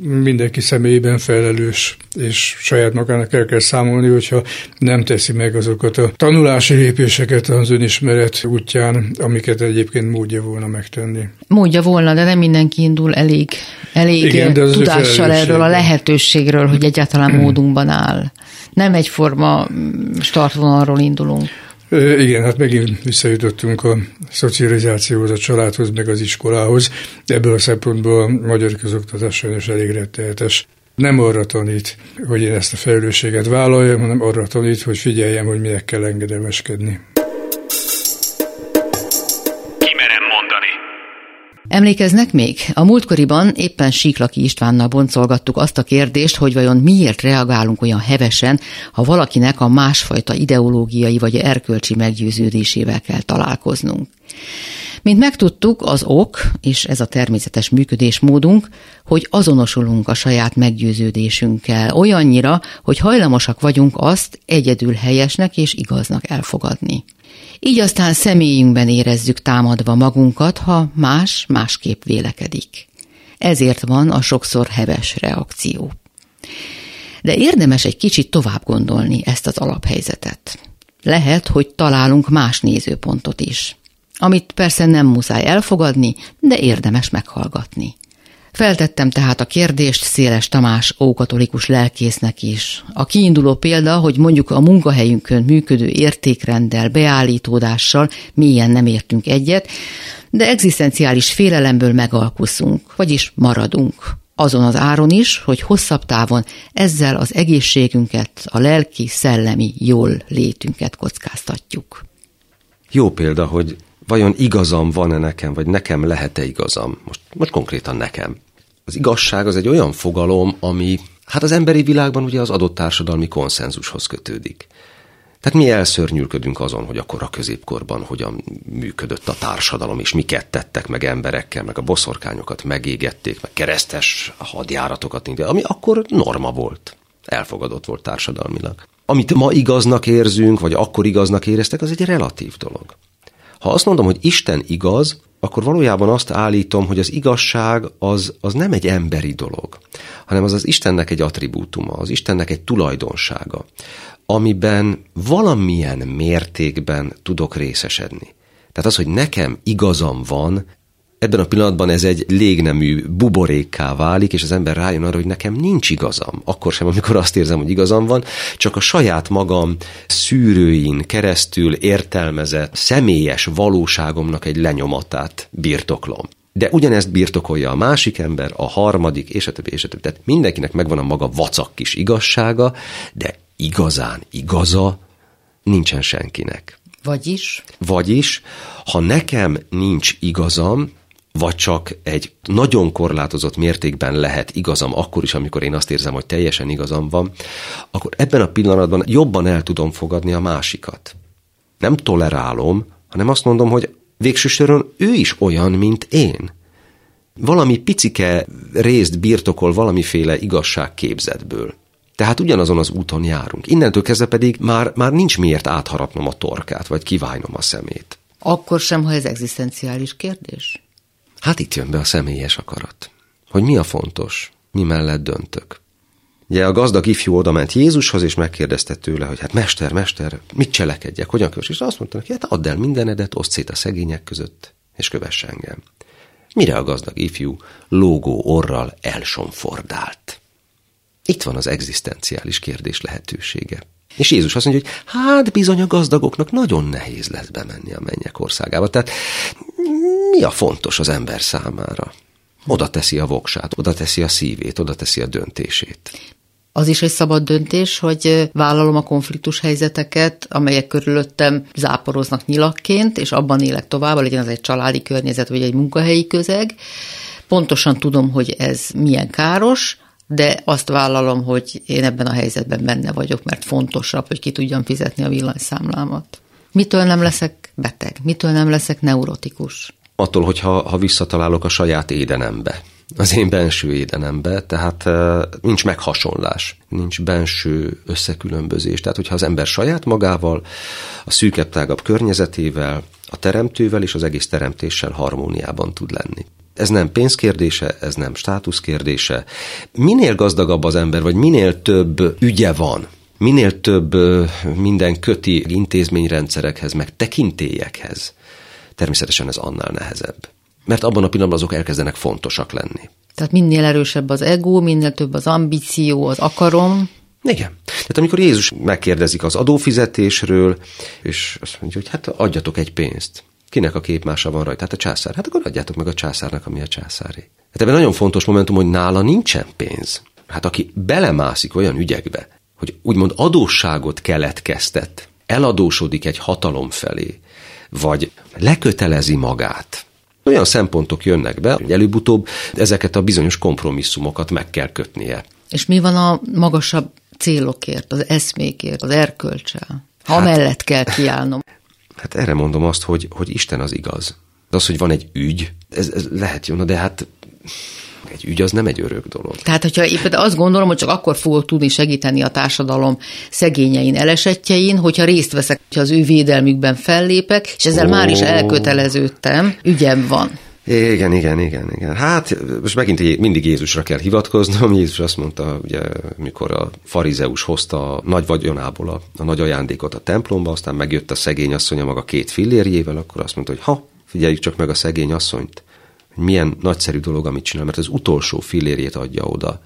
mindenki személyében felelős, és saját magának el kell számolni, hogyha nem teszi meg azokat a tanulási lépéseket az önismeret útján, amiket egyébként módja volna megtenni. Módja volna, de nem mindenki indul elég, elég Igen, tudással erről a lehetőségről, hogy egyáltalán módunkban áll. Nem egyforma startvonalról indulunk. Igen, hát megint visszajutottunk a szocializációhoz, a családhoz, meg az iskolához. Ebből a szempontból a magyar közoktatás sajnos elég rettenetes. Nem arra tanít, hogy én ezt a felelősséget vállaljam, hanem arra tanít, hogy figyeljem, hogy minek kell engedelmeskedni. Emlékeznek még? A múltkoriban éppen Síklaki Istvánnal boncolgattuk azt a kérdést, hogy vajon miért reagálunk olyan hevesen, ha valakinek a másfajta ideológiai vagy erkölcsi meggyőződésével kell találkoznunk. Mint megtudtuk, az ok, és ez a természetes működésmódunk, hogy azonosulunk a saját meggyőződésünkkel, olyannyira, hogy hajlamosak vagyunk azt egyedül helyesnek és igaznak elfogadni. Így aztán személyünkben érezzük támadva magunkat, ha más másképp vélekedik. Ezért van a sokszor heves reakció. De érdemes egy kicsit tovább gondolni ezt az alaphelyzetet. Lehet, hogy találunk más nézőpontot is, amit persze nem muszáj elfogadni, de érdemes meghallgatni. Feltettem tehát a kérdést Széles Tamás ókatolikus lelkésznek is. A kiinduló példa, hogy mondjuk a munkahelyünkön működő értékrenddel, beállítódással mélyen nem értünk egyet, de egzisztenciális félelemből megalkuszunk, vagyis maradunk. Azon az áron is, hogy hosszabb távon ezzel az egészségünket, a lelki, szellemi jól létünket kockáztatjuk. Jó példa, hogy vajon igazam van-e nekem, vagy nekem lehet-e igazam? Most, most konkrétan nekem. Az igazság az egy olyan fogalom, ami hát az emberi világban ugye az adott társadalmi konszenzushoz kötődik. Tehát mi elszörnyűködünk azon, hogy akkor a középkorban hogyan működött a társadalom, és miket tettek meg emberekkel, meg a boszorkányokat megégették, meg keresztes hadjáratokat, ami akkor norma volt, elfogadott volt társadalmilag. Amit ma igaznak érzünk, vagy akkor igaznak éreztek, az egy relatív dolog. Ha azt mondom, hogy Isten igaz, akkor valójában azt állítom, hogy az igazság az, az nem egy emberi dolog, hanem az az Istennek egy attribútuma, az Istennek egy tulajdonsága, amiben valamilyen mértékben tudok részesedni. Tehát az, hogy nekem igazam van, ebben a pillanatban ez egy légnemű buborékká válik, és az ember rájön arra, hogy nekem nincs igazam. Akkor sem, amikor azt érzem, hogy igazam van, csak a saját magam szűrőin keresztül értelmezett személyes valóságomnak egy lenyomatát birtoklom. De ugyanezt birtokolja a másik ember, a harmadik, és a többi, és a többi. Tehát mindenkinek megvan a maga vacak kis igazsága, de igazán igaza nincsen senkinek. Vagyis? Vagyis, ha nekem nincs igazam, vagy csak egy nagyon korlátozott mértékben lehet igazam akkor is, amikor én azt érzem, hogy teljesen igazam van, akkor ebben a pillanatban jobban el tudom fogadni a másikat. Nem tolerálom, hanem azt mondom, hogy végső soron ő is olyan, mint én. Valami picike részt birtokol valamiféle igazságképzetből. Tehát ugyanazon az úton járunk. Innentől kezdve pedig már, már nincs miért átharapnom a torkát, vagy kiválnom a szemét. Akkor sem, ha ez egzisztenciális kérdés? Hát itt jön be a személyes akarat. Hogy mi a fontos, mi mellett döntök. Ugye a gazdag ifjú oda ment Jézushoz, és megkérdezte tőle, hogy hát mester, mester, mit cselekedjek, hogyan kös? És azt mondta neki, hát add el mindenedet, oszd szét a szegények között, és kövess engem. Mire a gazdag ifjú lógó orral elsomfordált. Itt van az egzisztenciális kérdés lehetősége. És Jézus azt mondja, hogy hát bizony a gazdagoknak nagyon nehéz lesz bemenni a mennyek országába. Tehát mi a fontos az ember számára? Oda teszi a voksát, oda teszi a szívét, oda teszi a döntését. Az is egy szabad döntés, hogy vállalom a konfliktus helyzeteket, amelyek körülöttem záporoznak nyilakként, és abban élek tovább, legyen az egy családi környezet, vagy egy munkahelyi közeg. Pontosan tudom, hogy ez milyen káros, de azt vállalom, hogy én ebben a helyzetben benne vagyok, mert fontosabb, hogy ki tudjam fizetni a villanyszámlámat. Mitől nem leszek beteg? Mitől nem leszek neurotikus? Attól, hogyha ha visszatalálok a saját édenembe, az én benső édenembe, tehát nincs meghasonlás, nincs benső összekülönbözés. Tehát, hogyha az ember saját magával, a szűkebb, tágabb környezetével, a teremtővel és az egész teremtéssel harmóniában tud lenni. Ez nem pénzkérdése, ez nem státuszkérdése. Minél gazdagabb az ember, vagy minél több ügye van, minél több minden köti intézményrendszerekhez, meg tekintélyekhez, természetesen ez annál nehezebb. Mert abban a pillanatban azok elkezdenek fontosak lenni. Tehát minél erősebb az ego, minél több az ambíció, az akarom. Igen. Tehát amikor Jézus megkérdezik az adófizetésről, és azt mondja, hogy hát adjatok egy pénzt. Kinek a képmása van rajta? Hát a császár. Hát akkor adjátok meg a császárnak, ami a császáré. Hát ebben nagyon fontos momentum, hogy nála nincsen pénz. Hát aki belemászik olyan ügyekbe, hogy úgymond adósságot keletkeztet, eladósodik egy hatalom felé, vagy lekötelezi magát, olyan szempontok jönnek be, hogy előbb-utóbb ezeket a bizonyos kompromisszumokat meg kell kötnie. És mi van a magasabb célokért, az eszmékért, az erkölcsel? Ha Hát- mellett kell kiállnom. Hát erre mondom azt, hogy, hogy Isten az igaz. Az, hogy van egy ügy, ez, ez lehet jó, na de hát egy ügy az nem egy örök dolog. Tehát, hogyha éppen azt gondolom, hogy csak akkor fogok tudni segíteni a társadalom szegényein, elesettjein, hogyha részt veszek, hogyha az ő védelmükben fellépek, és ezzel Ó. már is elköteleződtem, ügyem van. Igen, igen, igen, igen. Hát most megint mindig Jézusra kell hivatkoznom. Jézus azt mondta, ugye, mikor a farizeus hozta a nagy vagyonából a, a nagy ajándékot a templomba, aztán megjött a szegény asszonya maga két fillérjével, akkor azt mondta, hogy ha, figyeljük csak meg a szegény asszonyt, hogy milyen nagyszerű dolog, amit csinál, mert az utolsó fillérjét adja oda.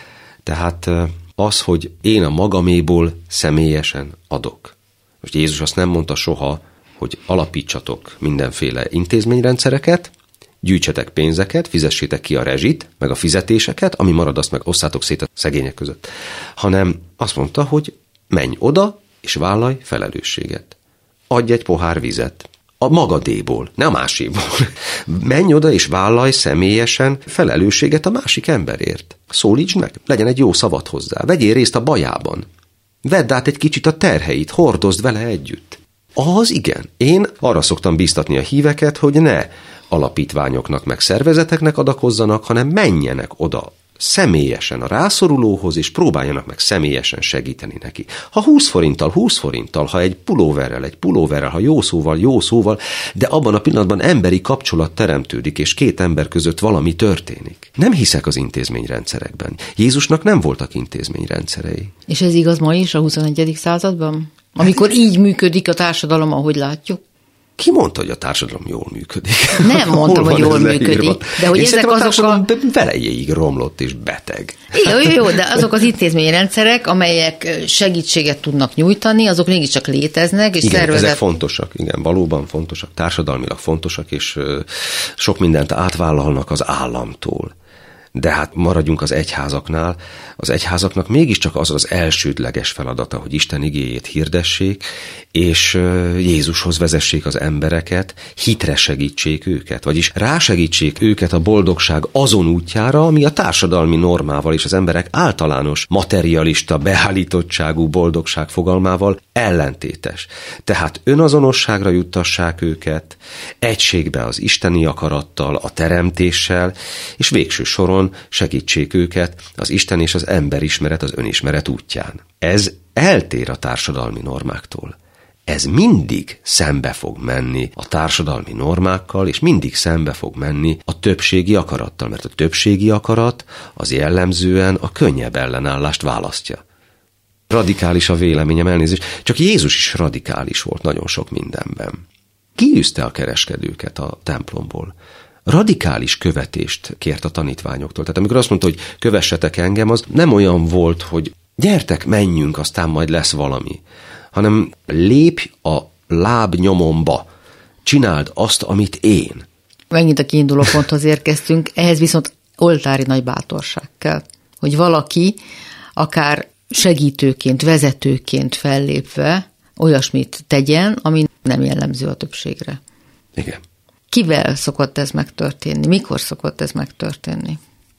Tehát az, hogy én a magaméból személyesen adok. Most Jézus azt nem mondta soha, hogy alapítsatok mindenféle intézményrendszereket, gyűjtsetek pénzeket, fizessétek ki a rezsit, meg a fizetéseket, ami marad, azt meg osszátok szét a szegények között. Hanem azt mondta, hogy menj oda, és vállalj felelősséget. Adj egy pohár vizet. A magadéból, ne a máséból. Menj oda, és vállalj személyesen felelősséget a másik emberért. Szólítsd meg, legyen egy jó szavad hozzá, vegyél részt a bajában. Vedd át egy kicsit a terheit, hordozd vele együtt. Az igen. Én arra szoktam bíztatni a híveket, hogy ne alapítványoknak meg szervezeteknek adakozzanak, hanem menjenek oda személyesen a rászorulóhoz, és próbáljanak meg személyesen segíteni neki. Ha húsz forinttal, húsz forinttal, ha egy pulóverrel, egy pulóverrel, ha jó szóval, jó szóval, de abban a pillanatban emberi kapcsolat teremtődik, és két ember között valami történik. Nem hiszek az intézményrendszerekben. Jézusnak nem voltak intézményrendszerei. És ez igaz ma is a huszonegyedik században? Amikor így működik a társadalom, ahogy látjuk? Ki mondta, hogy a társadalom jól működik? Nem mondtam, hogy jól működik, de hogy Én ezek azok a... azok a... velejéig romlott és beteg. Jó, jó, jó, de azok az intézményrendszerek, amelyek segítséget tudnak nyújtani, azok mégiscsak léteznek, és igen, szervezet... ezek fontosak, igen, valóban fontosak, társadalmilag fontosak, és sok mindent átvállalnak az államtól. De hát maradjunk az egyházaknál. Az egyházaknak mégiscsak az az elsődleges feladata, hogy Isten igéjét hirdessék, és Jézushoz vezessék az embereket, hitre segítsék őket, vagyis rásegítsék őket a boldogság azon útjára, ami a társadalmi normával és az emberek általános materialista beállítottságú boldogság fogalmával ellentétes. Tehát önazonosságra juttassák őket, egységbe az isteni akarattal, a teremtéssel, és végső soron segítsék őket az Isten és az emberismeret, az önismeret útján. Ez eltér a társadalmi normáktól. Ez mindig szembe fog menni a társadalmi normákkal, és mindig szembe fog menni a többségi akarattal, mert a többségi akarat az jellemzően a könnyebb ellenállást választja. Radikális a véleményem, elnézést, csak Jézus is radikális volt nagyon sok mindenben. Kiűzte a kereskedőket a templomból. Radikális követést kért a tanítványoktól. Tehát amikor azt mondta, hogy kövessetek engem, az nem olyan volt, hogy gyertek, menjünk, aztán majd lesz valami, hanem lépj a lábnyomomba, csináld azt, amit én. Megint a kiinduló ponthoz érkeztünk, ehhez viszont oltári nagy bátorság kell, hogy valaki akár segítőként, vezetőként fellépve olyasmit tegyen, ami nem jellemző a többségre. Igen. Kivel szokott ez megtörténni? Mikor szokott ez megtörténni?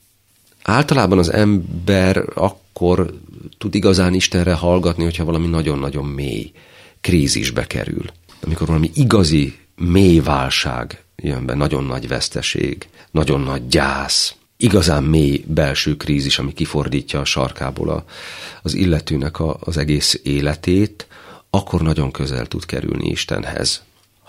Általában az ember akkor tud igazán Istenre hallgatni, hogyha valami nagyon-nagyon mély krízisbe kerül. Amikor valami igazi mély válság jön be, nagyon nagy veszteség, nagyon nagy gyász, igazán mély belső krízis, ami kifordítja a sarkából a, az illetőnek a, az egész életét, akkor nagyon közel tud kerülni Istenhez.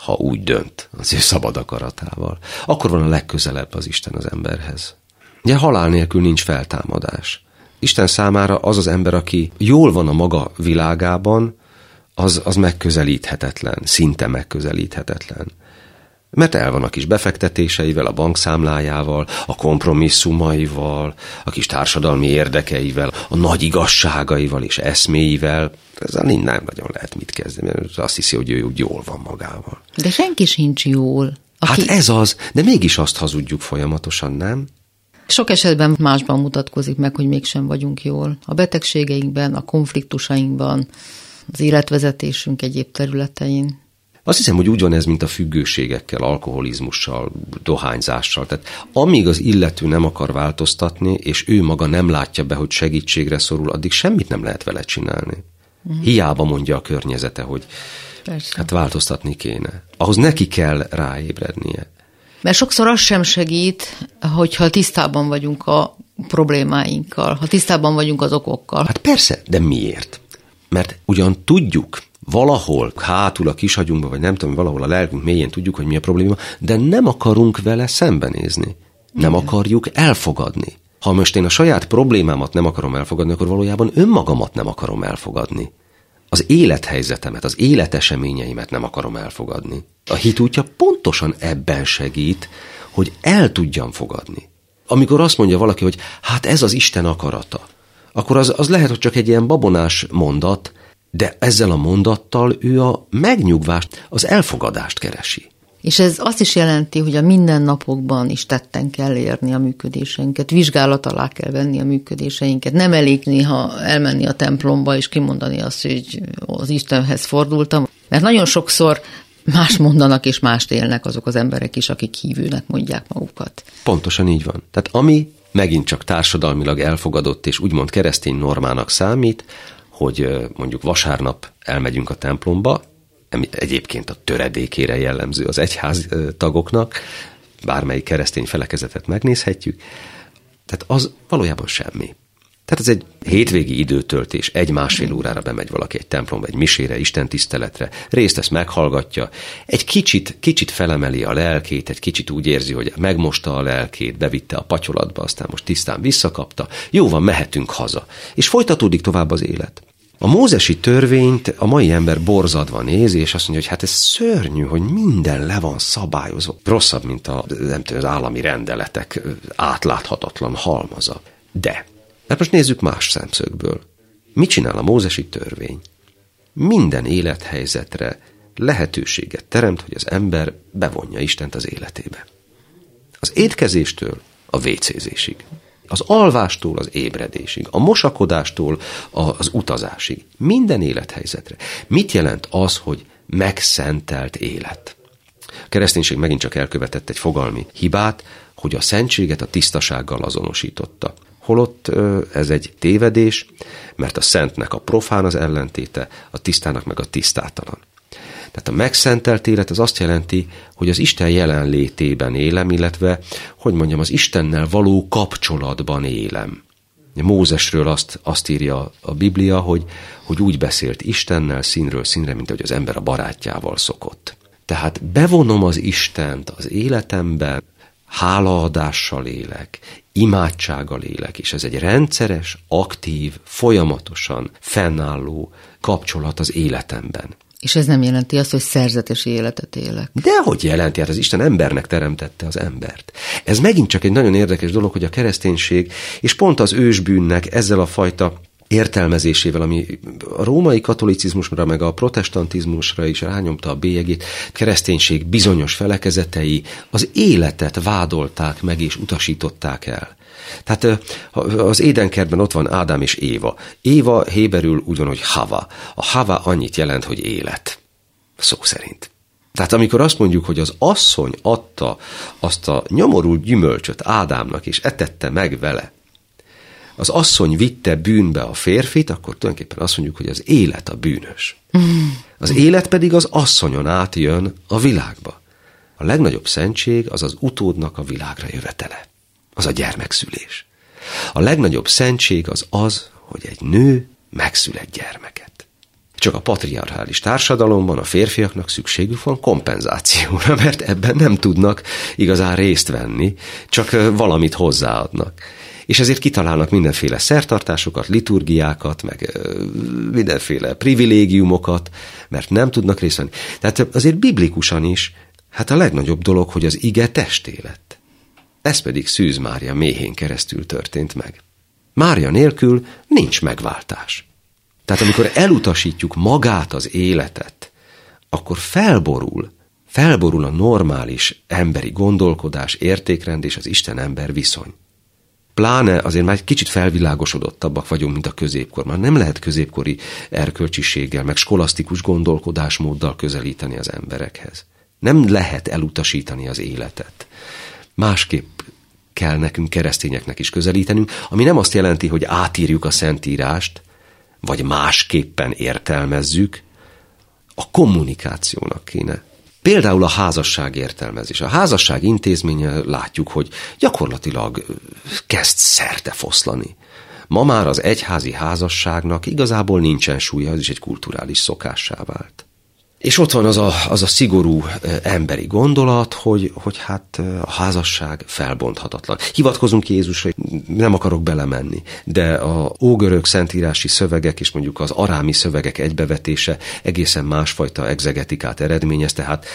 ha úgy dönt az ő szabad akaratával, akkor van a legközelebb az Isten az emberhez. Ugye halál nélkül nincs feltámadás. Isten számára az az ember, aki jól van a maga világában, az, az megközelíthetetlen, szinte megközelíthetetlen. Mert el van a kis befektetéseivel, a bankszámlájával, a kompromisszumaival, a kis társadalmi érdekeivel, a nagy igazságaival és eszméivel. Ezzel nem nagyon lehet mit kezdeni, mert azt hiszi, hogy ő úgy jól van magával. De senki sincs jól. Aki... Hát ez az, de mégis azt hazudjuk folyamatosan, nem? Sok esetben másban mutatkozik meg, hogy mégsem vagyunk jól. A betegségeinkben, a konfliktusainkban, az életvezetésünk egyéb területein. Azt hiszem, hogy úgy van ez, mint a függőségekkel, alkoholizmussal, dohányzással. Tehát amíg az illető nem akar változtatni, és ő maga nem látja be, hogy segítségre szorul, addig semmit nem lehet vele csinálni. Mm. Hiába mondja a környezete, hogy Persze. hát változtatni kéne. Ahhoz neki kell ráébrednie. Mert sokszor az sem segít, hogyha tisztában vagyunk a problémáinkkal, ha tisztában vagyunk az okokkal. Hát persze, de miért? Mert ugyan tudjuk, valahol hátul a kisagyunkban, vagy nem tudom, valahol a lelkünk mélyén tudjuk, hogy mi a probléma, de nem akarunk vele szembenézni. Nem Igen. akarjuk elfogadni. Ha most én a saját problémámat nem akarom elfogadni, akkor valójában önmagamat nem akarom elfogadni. Az élethelyzetemet, az életeseményeimet nem akarom elfogadni. A hitútja pontosan ebben segít, hogy el tudjam fogadni. Amikor azt mondja valaki, hogy hát ez az Isten akarata, akkor az, az lehet, hogy csak egy ilyen babonás mondat, de ezzel a mondattal ő a megnyugvást, az elfogadást keresi. És ez azt is jelenti, hogy a mindennapokban is tetten kell érni a működéseinket, vizsgálat alá kell venni a működéseinket. Nem elég néha elmenni a templomba és kimondani azt, hogy az Istenhez fordultam, mert nagyon sokszor más mondanak és mást élnek azok az emberek is, akik hívőnek mondják magukat. Pontosan így van. Tehát ami megint csak társadalmilag elfogadott és úgymond keresztény normának számít, hogy mondjuk vasárnap elmegyünk a templomba, egyébként a töredékére jellemző az egyház tagoknak, bármelyik keresztény felekezetet megnézhetjük, tehát az valójában semmi. Tehát ez egy hétvégi időtöltés, egy-másfél órára bemegy valaki egy templomba, egy misére, istentiszteletre, részt ezt meghallgatja, egy kicsit, kicsit felemeli a lelkét, egy kicsit úgy érzi, hogy megmosta a lelkét, bevitte a patyolatba, aztán most tisztán visszakapta, jó van, mehetünk haza. És folytatódik tovább az élet. A mózesi törvényt a mai ember borzadva nézi, és azt mondja, hogy hát ez szörnyű, hogy minden le van szabályozva. Rosszabb, mint a, nem tudom, az állami rendeletek átláthatatlan halmaza. De, mert most nézzük más szemszögből. Mit csinál a mózesi törvény? Minden élethelyzetre lehetőséget teremt, hogy az ember bevonja Istent az életébe. Az étkezéstől a vécézésig. Az alvástól az ébredésig, a mosakodástól az utazásig. Minden élethelyzetre. Mit jelent az, hogy megszentelt élet? A kereszténység megint csak elkövetett egy fogalmi hibát, hogy a szentséget a tisztasággal azonosította. Holott ez egy tévedés, mert a szentnek a profán az ellentéte, a tisztának meg a tisztátalan. Tehát a megszentelt élet az azt jelenti, hogy az Isten jelenlétében élem, illetve, hogy mondjam, az Istennel való kapcsolatban élem. Mózesről azt, azt írja a Biblia, hogy, hogy úgy beszélt Istennel színről színre, mint ahogy az ember a barátjával szokott. Tehát bevonom az Istent az életemben, hálaadással élek, imádsággal élek, és ez egy rendszeres, aktív, folyamatosan fennálló kapcsolat az életemben. És ez nem jelenti azt, hogy szerzetesi életet élek. Dehogy jelenti, hát az Isten embernek teremtette az embert. Ez megint csak egy nagyon érdekes dolog, hogy a kereszténység, és pont az ősbűnnek ezzel a fajta értelmezésével, ami a római katolicizmusra, meg a protestantizmusra is rányomta a bélyegét, kereszténység bizonyos felekezetei az életet vádolták meg és utasították el. Tehát az édenkertben ott van Ádám és Éva. Éva héberül úgy van, hogy Hava. A Hava annyit jelent, hogy élet. Szó szerint. Tehát amikor azt mondjuk, hogy az asszony adta azt a nyomorult gyümölcsöt Ádámnak, és etette meg vele, az asszony vitte bűnbe a férfit, akkor tulajdonképpen azt mondjuk, hogy az élet a bűnös. Az élet pedig az asszonyon átjön a világba. A legnagyobb szentség az az utódnak a világra jövetele. Az a gyermekszülés. A legnagyobb szentség az az, hogy egy nő megszül egy gyermeket. Csak a patriarchális társadalomban a férfiaknak szükségük van kompenzációra, mert ebben nem tudnak igazán részt venni, csak valamit hozzáadnak. És ezért kitalálnak mindenféle szertartásokat, liturgiákat, meg mindenféle privilégiumokat, mert nem tudnak részt venni. Tehát azért biblikusan is, hát a legnagyobb dolog, hogy az ige testé lett. Ez pedig Szűz Mária méhén keresztül történt meg. Mária nélkül nincs megváltás. Tehát amikor elutasítjuk magát az életet, akkor felborul, felborul a normális emberi gondolkodás, értékrend és az Isten-ember viszony. Pláne azért már egy kicsit felvilágosodottabbak vagyunk, mint a középkor. Már nem lehet középkori erkölcsiséggel, meg skolasztikus gondolkodásmóddal közelíteni az emberekhez. Nem lehet elutasítani az életet. Másképp kell nekünk keresztényeknek is közelítenünk, ami nem azt jelenti, hogy átírjuk a Szentírást, vagy másképpen értelmezzük, a kommunikációnak kéne. Például a házasság értelmezés. A házasság intézménye látjuk, hogy gyakorlatilag kezd szerte foszlani. Ma már az egyházi házasságnak igazából nincsen súlya, ez is egy kulturális szokássá vált. És ott van az a, az a szigorú emberi gondolat, hogy, hogy hát a házasság felbonthatatlan. Hivatkozunk Jézusra, nem akarok belemenni, de a ógörög szentírási szövegek és mondjuk az arámi szövegek egybevetése egészen másfajta egzegetikát eredményez, tehát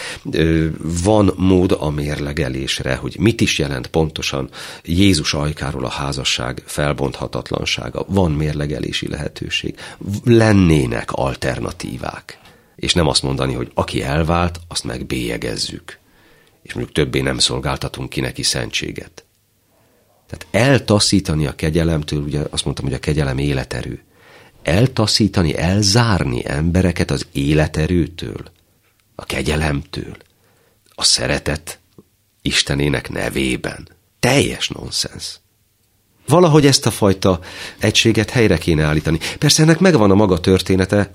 van mód a mérlegelésre, hogy mit is jelent pontosan Jézus ajkáról a házasság felbonthatatlansága. Van mérlegelési lehetőség. Lennének alternatívák. És nem azt mondani, hogy aki elvált, azt meg bélyegezzük. És mondjuk többé nem szolgáltatunk ki neki szentséget. Tehát eltaszítani a kegyelemtől, ugye azt mondtam, hogy a kegyelem életerő. Eltaszítani, elzárni embereket az életerőtől, a kegyelemtől, a szeretet Istenének nevében. Teljes nonsens. Valahogy ezt a fajta egységet helyre kéne állítani. Persze ennek megvan a maga története.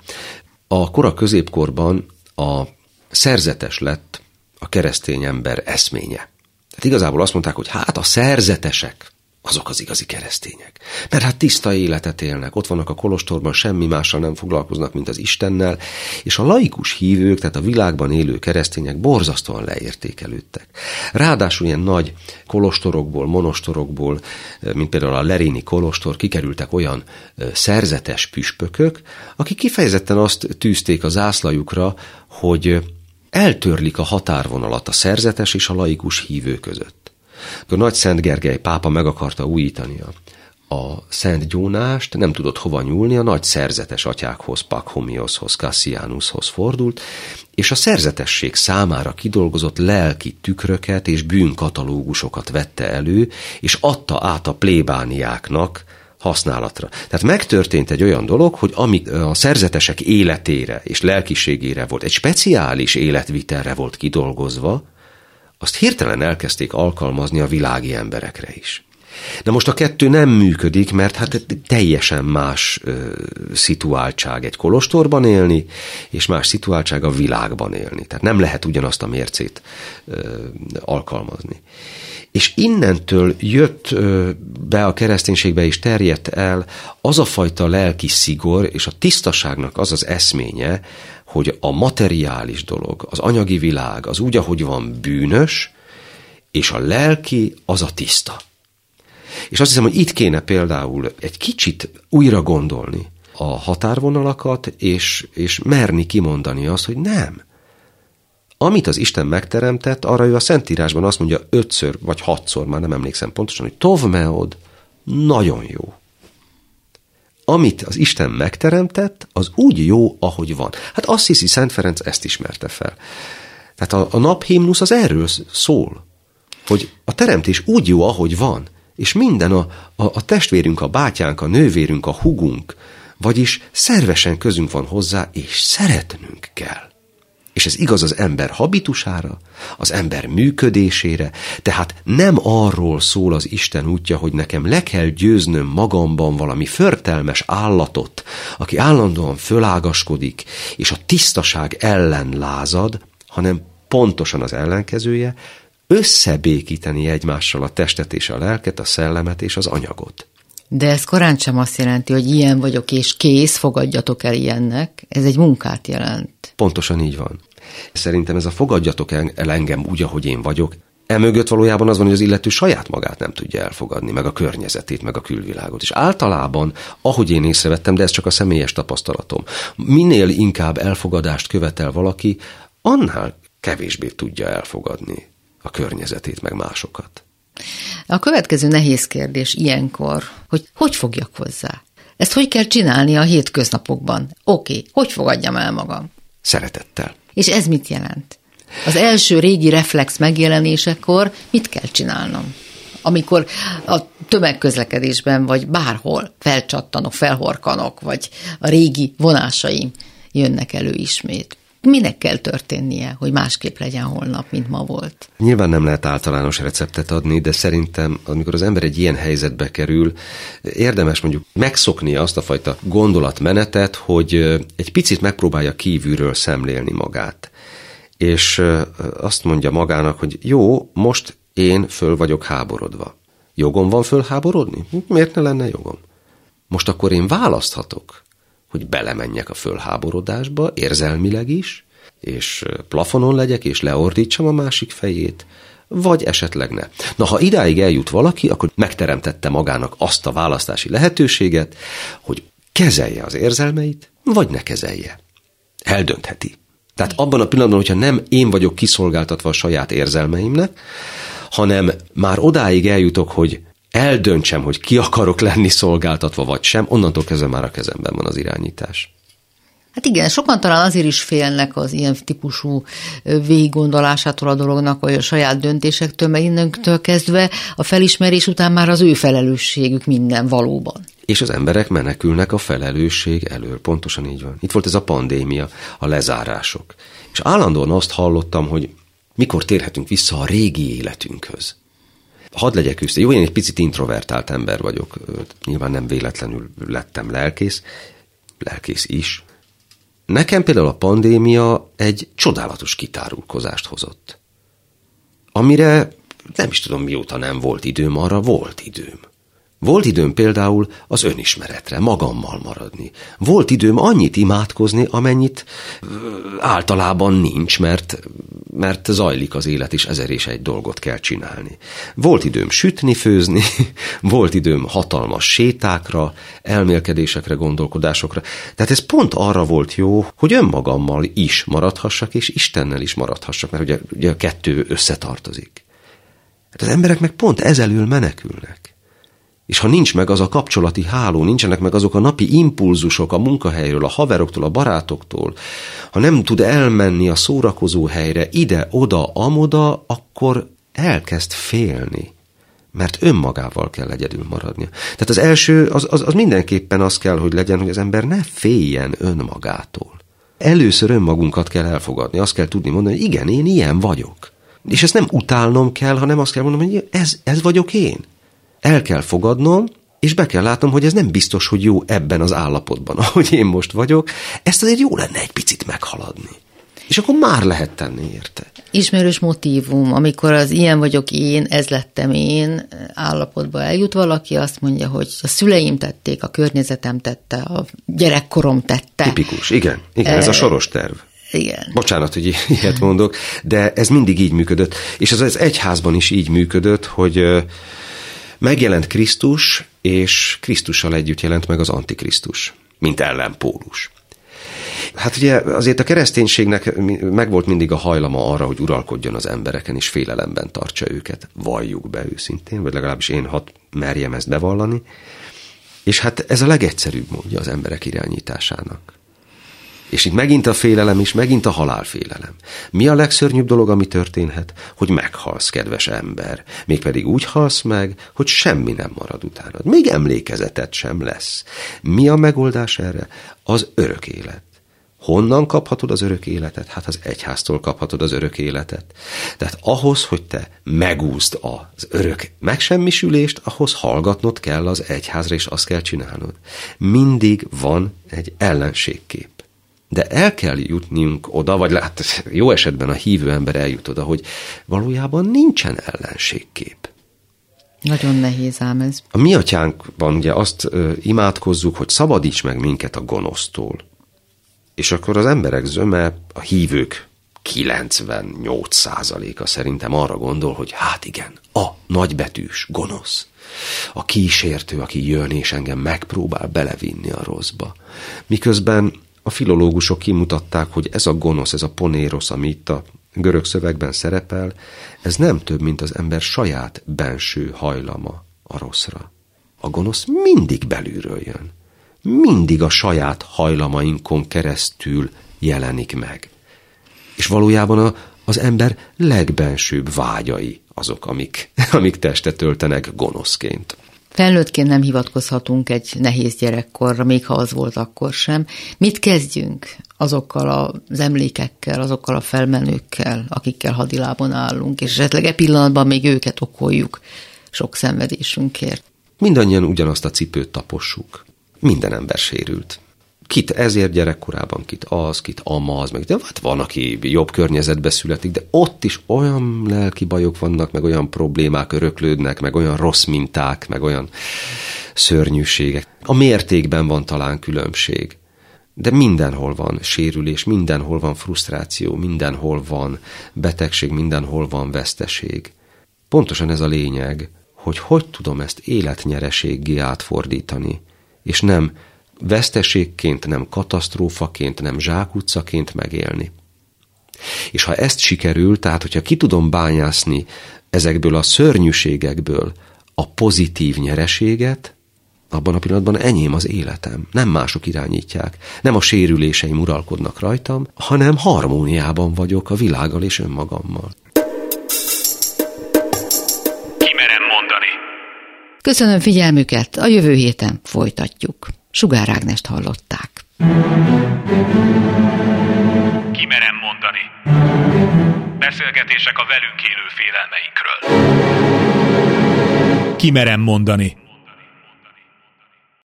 A kora középkorban a szerzetes lett a keresztény ember eszménye. Tehát igazából azt mondták, hogy hát a szerzetesek, azok az igazi keresztények. Mert hát tiszta életet élnek, ott vannak a kolostorban, semmi mással nem foglalkoznak, mint az Istennel, és a laikus hívők, tehát a világban élő keresztények borzasztóan leértékelődtek. Ráadásul ilyen nagy kolostorokból, monostorokból, mint például a leréni kolostor, kikerültek olyan szerzetes püspökök, akik kifejezetten azt tűzték a zászlajukra, hogy eltörlik a határvonalat a szerzetes és a laikus hívő között. Akkor Nagy Szent Gergely pápa meg akarta újítani a, a Szent Gyónást, nem tudott hova nyúlni, a nagy szerzetes atyákhoz, Pachomioshoz, Cassianushoz fordult, és a szerzetesség számára kidolgozott lelki tükröket és bűnkatalógusokat vette elő, és adta át a plébániáknak használatra. Tehát megtörtént egy olyan dolog, hogy ami a szerzetesek életére és lelkiségére volt, egy speciális életvitelre volt kidolgozva, azt hirtelen elkezdték alkalmazni a világi emberekre is. De most a kettő nem működik, mert hát teljesen más ö, szituáltság egy kolostorban élni, és más szituáltság a világban élni. Tehát nem lehet ugyanazt a mércét ö, alkalmazni. És innentől jött ö, be a kereszténységbe és terjedt el az a fajta lelki szigor, és a tisztaságnak az az eszménye, hogy a materiális dolog, az anyagi világ, az úgy, ahogy van, bűnös, és a lelki az a tiszta. És azt hiszem, hogy itt kéne például egy kicsit újra gondolni a határvonalakat, és, és merni kimondani azt, hogy nem. Amit az Isten megteremtett, arra ő a Szentírásban azt mondja ötször vagy hatszor, már nem emlékszem pontosan, hogy tovmeod, nagyon jó. Amit az Isten megteremtett, az úgy jó, ahogy van. Hát Assisi Szent Ferenc ezt ismerte fel. Tehát a, a naphimnusz az erről szól, hogy a teremtés úgy jó, ahogy van, és minden a, a, a testvérünk, a bátyánk, a nővérünk, a hugunk, vagyis szervesen közünk van hozzá, és szeretnünk kell. És ez igaz az ember habitusára, az ember működésére, tehát nem arról szól az Isten útja, hogy nekem le kell győznöm magamban valami förtelmes állatot, aki állandóan fölágaskodik, és a tisztaság ellen lázad, hanem pontosan az ellenkezője, összebékíteni egymással a testet és a lelket, a szellemet és az anyagot. De ez korán sem azt jelenti, hogy ilyen vagyok és kész, fogadjatok el ilyennek. Ez egy munkát jelent. Pontosan így van. Szerintem ez a fogadjatok el engem úgy, ahogy én vagyok, emögött valójában az van, hogy az illető saját magát nem tudja elfogadni, meg a környezetét, meg a külvilágot. És általában, ahogy én észrevettem, de ez csak a személyes tapasztalatom, minél inkább elfogadást követel valaki, annál kevésbé tudja elfogadni a környezetét, meg másokat. A következő nehéz kérdés ilyenkor, hogy hogy fogjak hozzá? Ezt hogy kell csinálni a hétköznapokban? Oké, okay, hogy fogadjam el magam? Szeretettel. És ez mit jelent? Az első régi reflex megjelenésekor mit kell csinálnom? Amikor a tömegközlekedésben, vagy bárhol felcsattanok, felhorkanok, vagy a régi vonásaim jönnek elő ismét. Minek kell történnie, hogy másképp legyen holnap, mint ma volt? Nyilván nem lehet általános receptet adni, de szerintem, amikor az ember egy ilyen helyzetbe kerül, érdemes mondjuk megszoknia azt a fajta gondolatmenetet, hogy egy picit megpróbálja kívülről szemlélni magát. És azt mondja magának, hogy jó, most én föl vagyok háborodva. Jogom van fölháborodni? Miért ne lenne jogom? Most akkor én választhatok, hogy belemenjek a fölháborodásba, érzelmileg is, és plafonon legyek, és leordítsam a másik fejét, vagy esetleg ne. Na, ha idáig eljut valaki, akkor megteremtette magának azt a választási lehetőséget, hogy kezelje az érzelmeit, vagy ne kezelje. Eldöntheti. Tehát abban a pillanatban, hogyha nem én vagyok kiszolgáltatva a saját érzelmeimnek, hanem már odáig eljutok, hogy eldöntsem, hogy ki akarok lenni szolgáltatva, vagy sem, onnantól kezdve már a kezemben van az irányítás. Hát igen, sokan talán azért is félnek az ilyen típusú végiggondolásától a dolognak, vagy a saját döntésektől, mert innentől kezdve a felismerés után már az ő felelősségük minden valóban. És az emberek menekülnek a felelősség elől. Pontosan így van. Itt volt ez a pandémia, a lezárások. És állandóan azt hallottam, hogy mikor térhetünk vissza a régi életünkhöz. Hadd legyek őszinte, jó, én egy picit introvertált ember vagyok, nyilván nem véletlenül lettem lelkész, lelkész is. Nekem például a pandémia egy csodálatos kitárulkozást hozott. Amire nem is tudom mióta nem volt időm, arra volt időm. Volt időm például az önismeretre, magammal maradni. Volt időm annyit imádkozni, amennyit általában nincs, mert, mert zajlik az élet, és ezer és egy dolgot kell csinálni. Volt időm sütni, főzni, volt időm hatalmas sétákra, elmélkedésekre, gondolkodásokra. Tehát ez pont arra volt jó, hogy önmagammal is maradhassak, és Istennel is maradhassak, mert ugye, ugye a kettő összetartozik. Hát az emberek meg pont ezelől menekülnek. És ha nincs meg az a kapcsolati háló, nincsenek meg azok a napi impulzusok a munkahelyről, a haveroktól, a barátoktól, ha nem tud elmenni a szórakozó helyre, ide, oda, amoda, akkor elkezd félni, mert önmagával kell egyedül maradnia. Tehát az első, az, az, az mindenképpen az kell, hogy legyen, hogy az ember ne féljen önmagától. Először önmagunkat kell elfogadni, azt kell tudni mondani, hogy igen, én ilyen vagyok. És ezt nem utálnom kell, hanem azt kell mondanom, hogy ez, ez vagyok én. El kell fogadnom, és be kell látnom, hogy ez nem biztos, hogy jó ebben az állapotban, ahogy én most vagyok. Ezt azért jó lenne egy picit meghaladni. És akkor már lehet tenni érte. Ismerős motívum, amikor az ilyen vagyok én, ez lettem én állapotba eljut valaki, azt mondja, hogy a szüleim tették, a környezetem tette, a gyerekkorom tette. Tipikus, igen. Igen, ez a soros terv. Igen. Bocsánat, hogy ilyet mondok, de ez mindig így működött. És ez az egyházban is így működött, hogy megjelent Krisztus, és Krisztussal együtt jelent meg az Antikrisztus, mint ellenpólus. Hát ugye azért a kereszténységnek megvolt mindig a hajlama arra, hogy uralkodjon az embereken, és félelemben tartsa őket. Valljuk be őszintén, vagy legalábbis én hadd merjem ezt bevallani. És hát ez a legegyszerűbb módja az emberek irányításának. És itt megint a félelem is, megint a halálfélelem. Mi a legszörnyűbb dolog, ami történhet? Hogy meghalsz, kedves ember. Mégpedig úgy halsz meg, hogy semmi nem marad utánad. Még emlékezeted sem lesz. Mi a megoldás erre? Az örök élet. Honnan kaphatod az örök életet? Hát az egyháztól kaphatod az örök életet. Tehát ahhoz, hogy te megúszd az örök megsemmisülést, ahhoz hallgatnod kell az egyházra, és azt kell csinálnod. Mindig van egy ellenségkép. De el kell jutnunk oda, vagy hát jó esetben a hívő ember eljut oda, hogy valójában nincsen ellenségkép. Nagyon nehéz ám ez. A mi atyánkban ugye azt ö, imádkozzuk, hogy szabadíts meg minket a gonosztól. És akkor az emberek zöme, a hívők kilencvennyolc százaléka szerintem arra gondol, hogy hát igen, a nagybetűs gonosz. A kísértő, aki jön és engem megpróbál belevinni a rosszba. Miközben a filológusok kimutatták, hogy ez a gonosz, ez a ponérosz, ami itt a görög szövegben szerepel, ez nem több, mint az ember saját benső hajlama a rosszra. A gonosz mindig belülről jön. Mindig a saját hajlamainkon keresztül jelenik meg. És valójában a, az ember legbensőbb vágyai azok, amik, amik testet öltenek gonoszként. Felnőttként nem hivatkozhatunk egy nehéz gyerekkorra, még ha az volt akkor sem. Mit kezdjünk azokkal az emlékekkel, azokkal a felmenőkkel, akikkel hadilábon állunk, és esetleg e pillanatban még őket okoljuk sok szenvedésünkért? Mindannyian ugyanazt a cipőt tapossuk. Minden ember sérült. Kit ezért gyerekkorában, kit az, kit amaz, meg de hát van, aki jobb környezetbe születik, de ott is olyan lelki bajok vannak, meg olyan problémák öröklődnek, meg olyan rossz minták, meg olyan szörnyűségek. A mértékben van talán különbség, de mindenhol van sérülés, mindenhol van frusztráció, mindenhol van betegség, mindenhol van veszteség. Pontosan ez a lényeg, hogy hogy tudom ezt életnyereséggé átfordítani, és nem veszteségként, nem katasztrófaként, nem zsákutcaként megélni. És ha ezt sikerül, tehát hogyha ki tudom bányászni ezekből a szörnyűségekből a pozitív nyereséget, abban a pillanatban enyém az életem. Nem mások irányítják, nem a sérüléseim uralkodnak rajtam, hanem harmóniában vagyok a világgal és önmagammal. Kimerem mondani. Köszönöm figyelmüket, a jövő héten folytatjuk. Sugár Ágnest hallották. Kimerem mondani. Beszélgetések a velünk élő félelmeinkről. Kimerem mondani.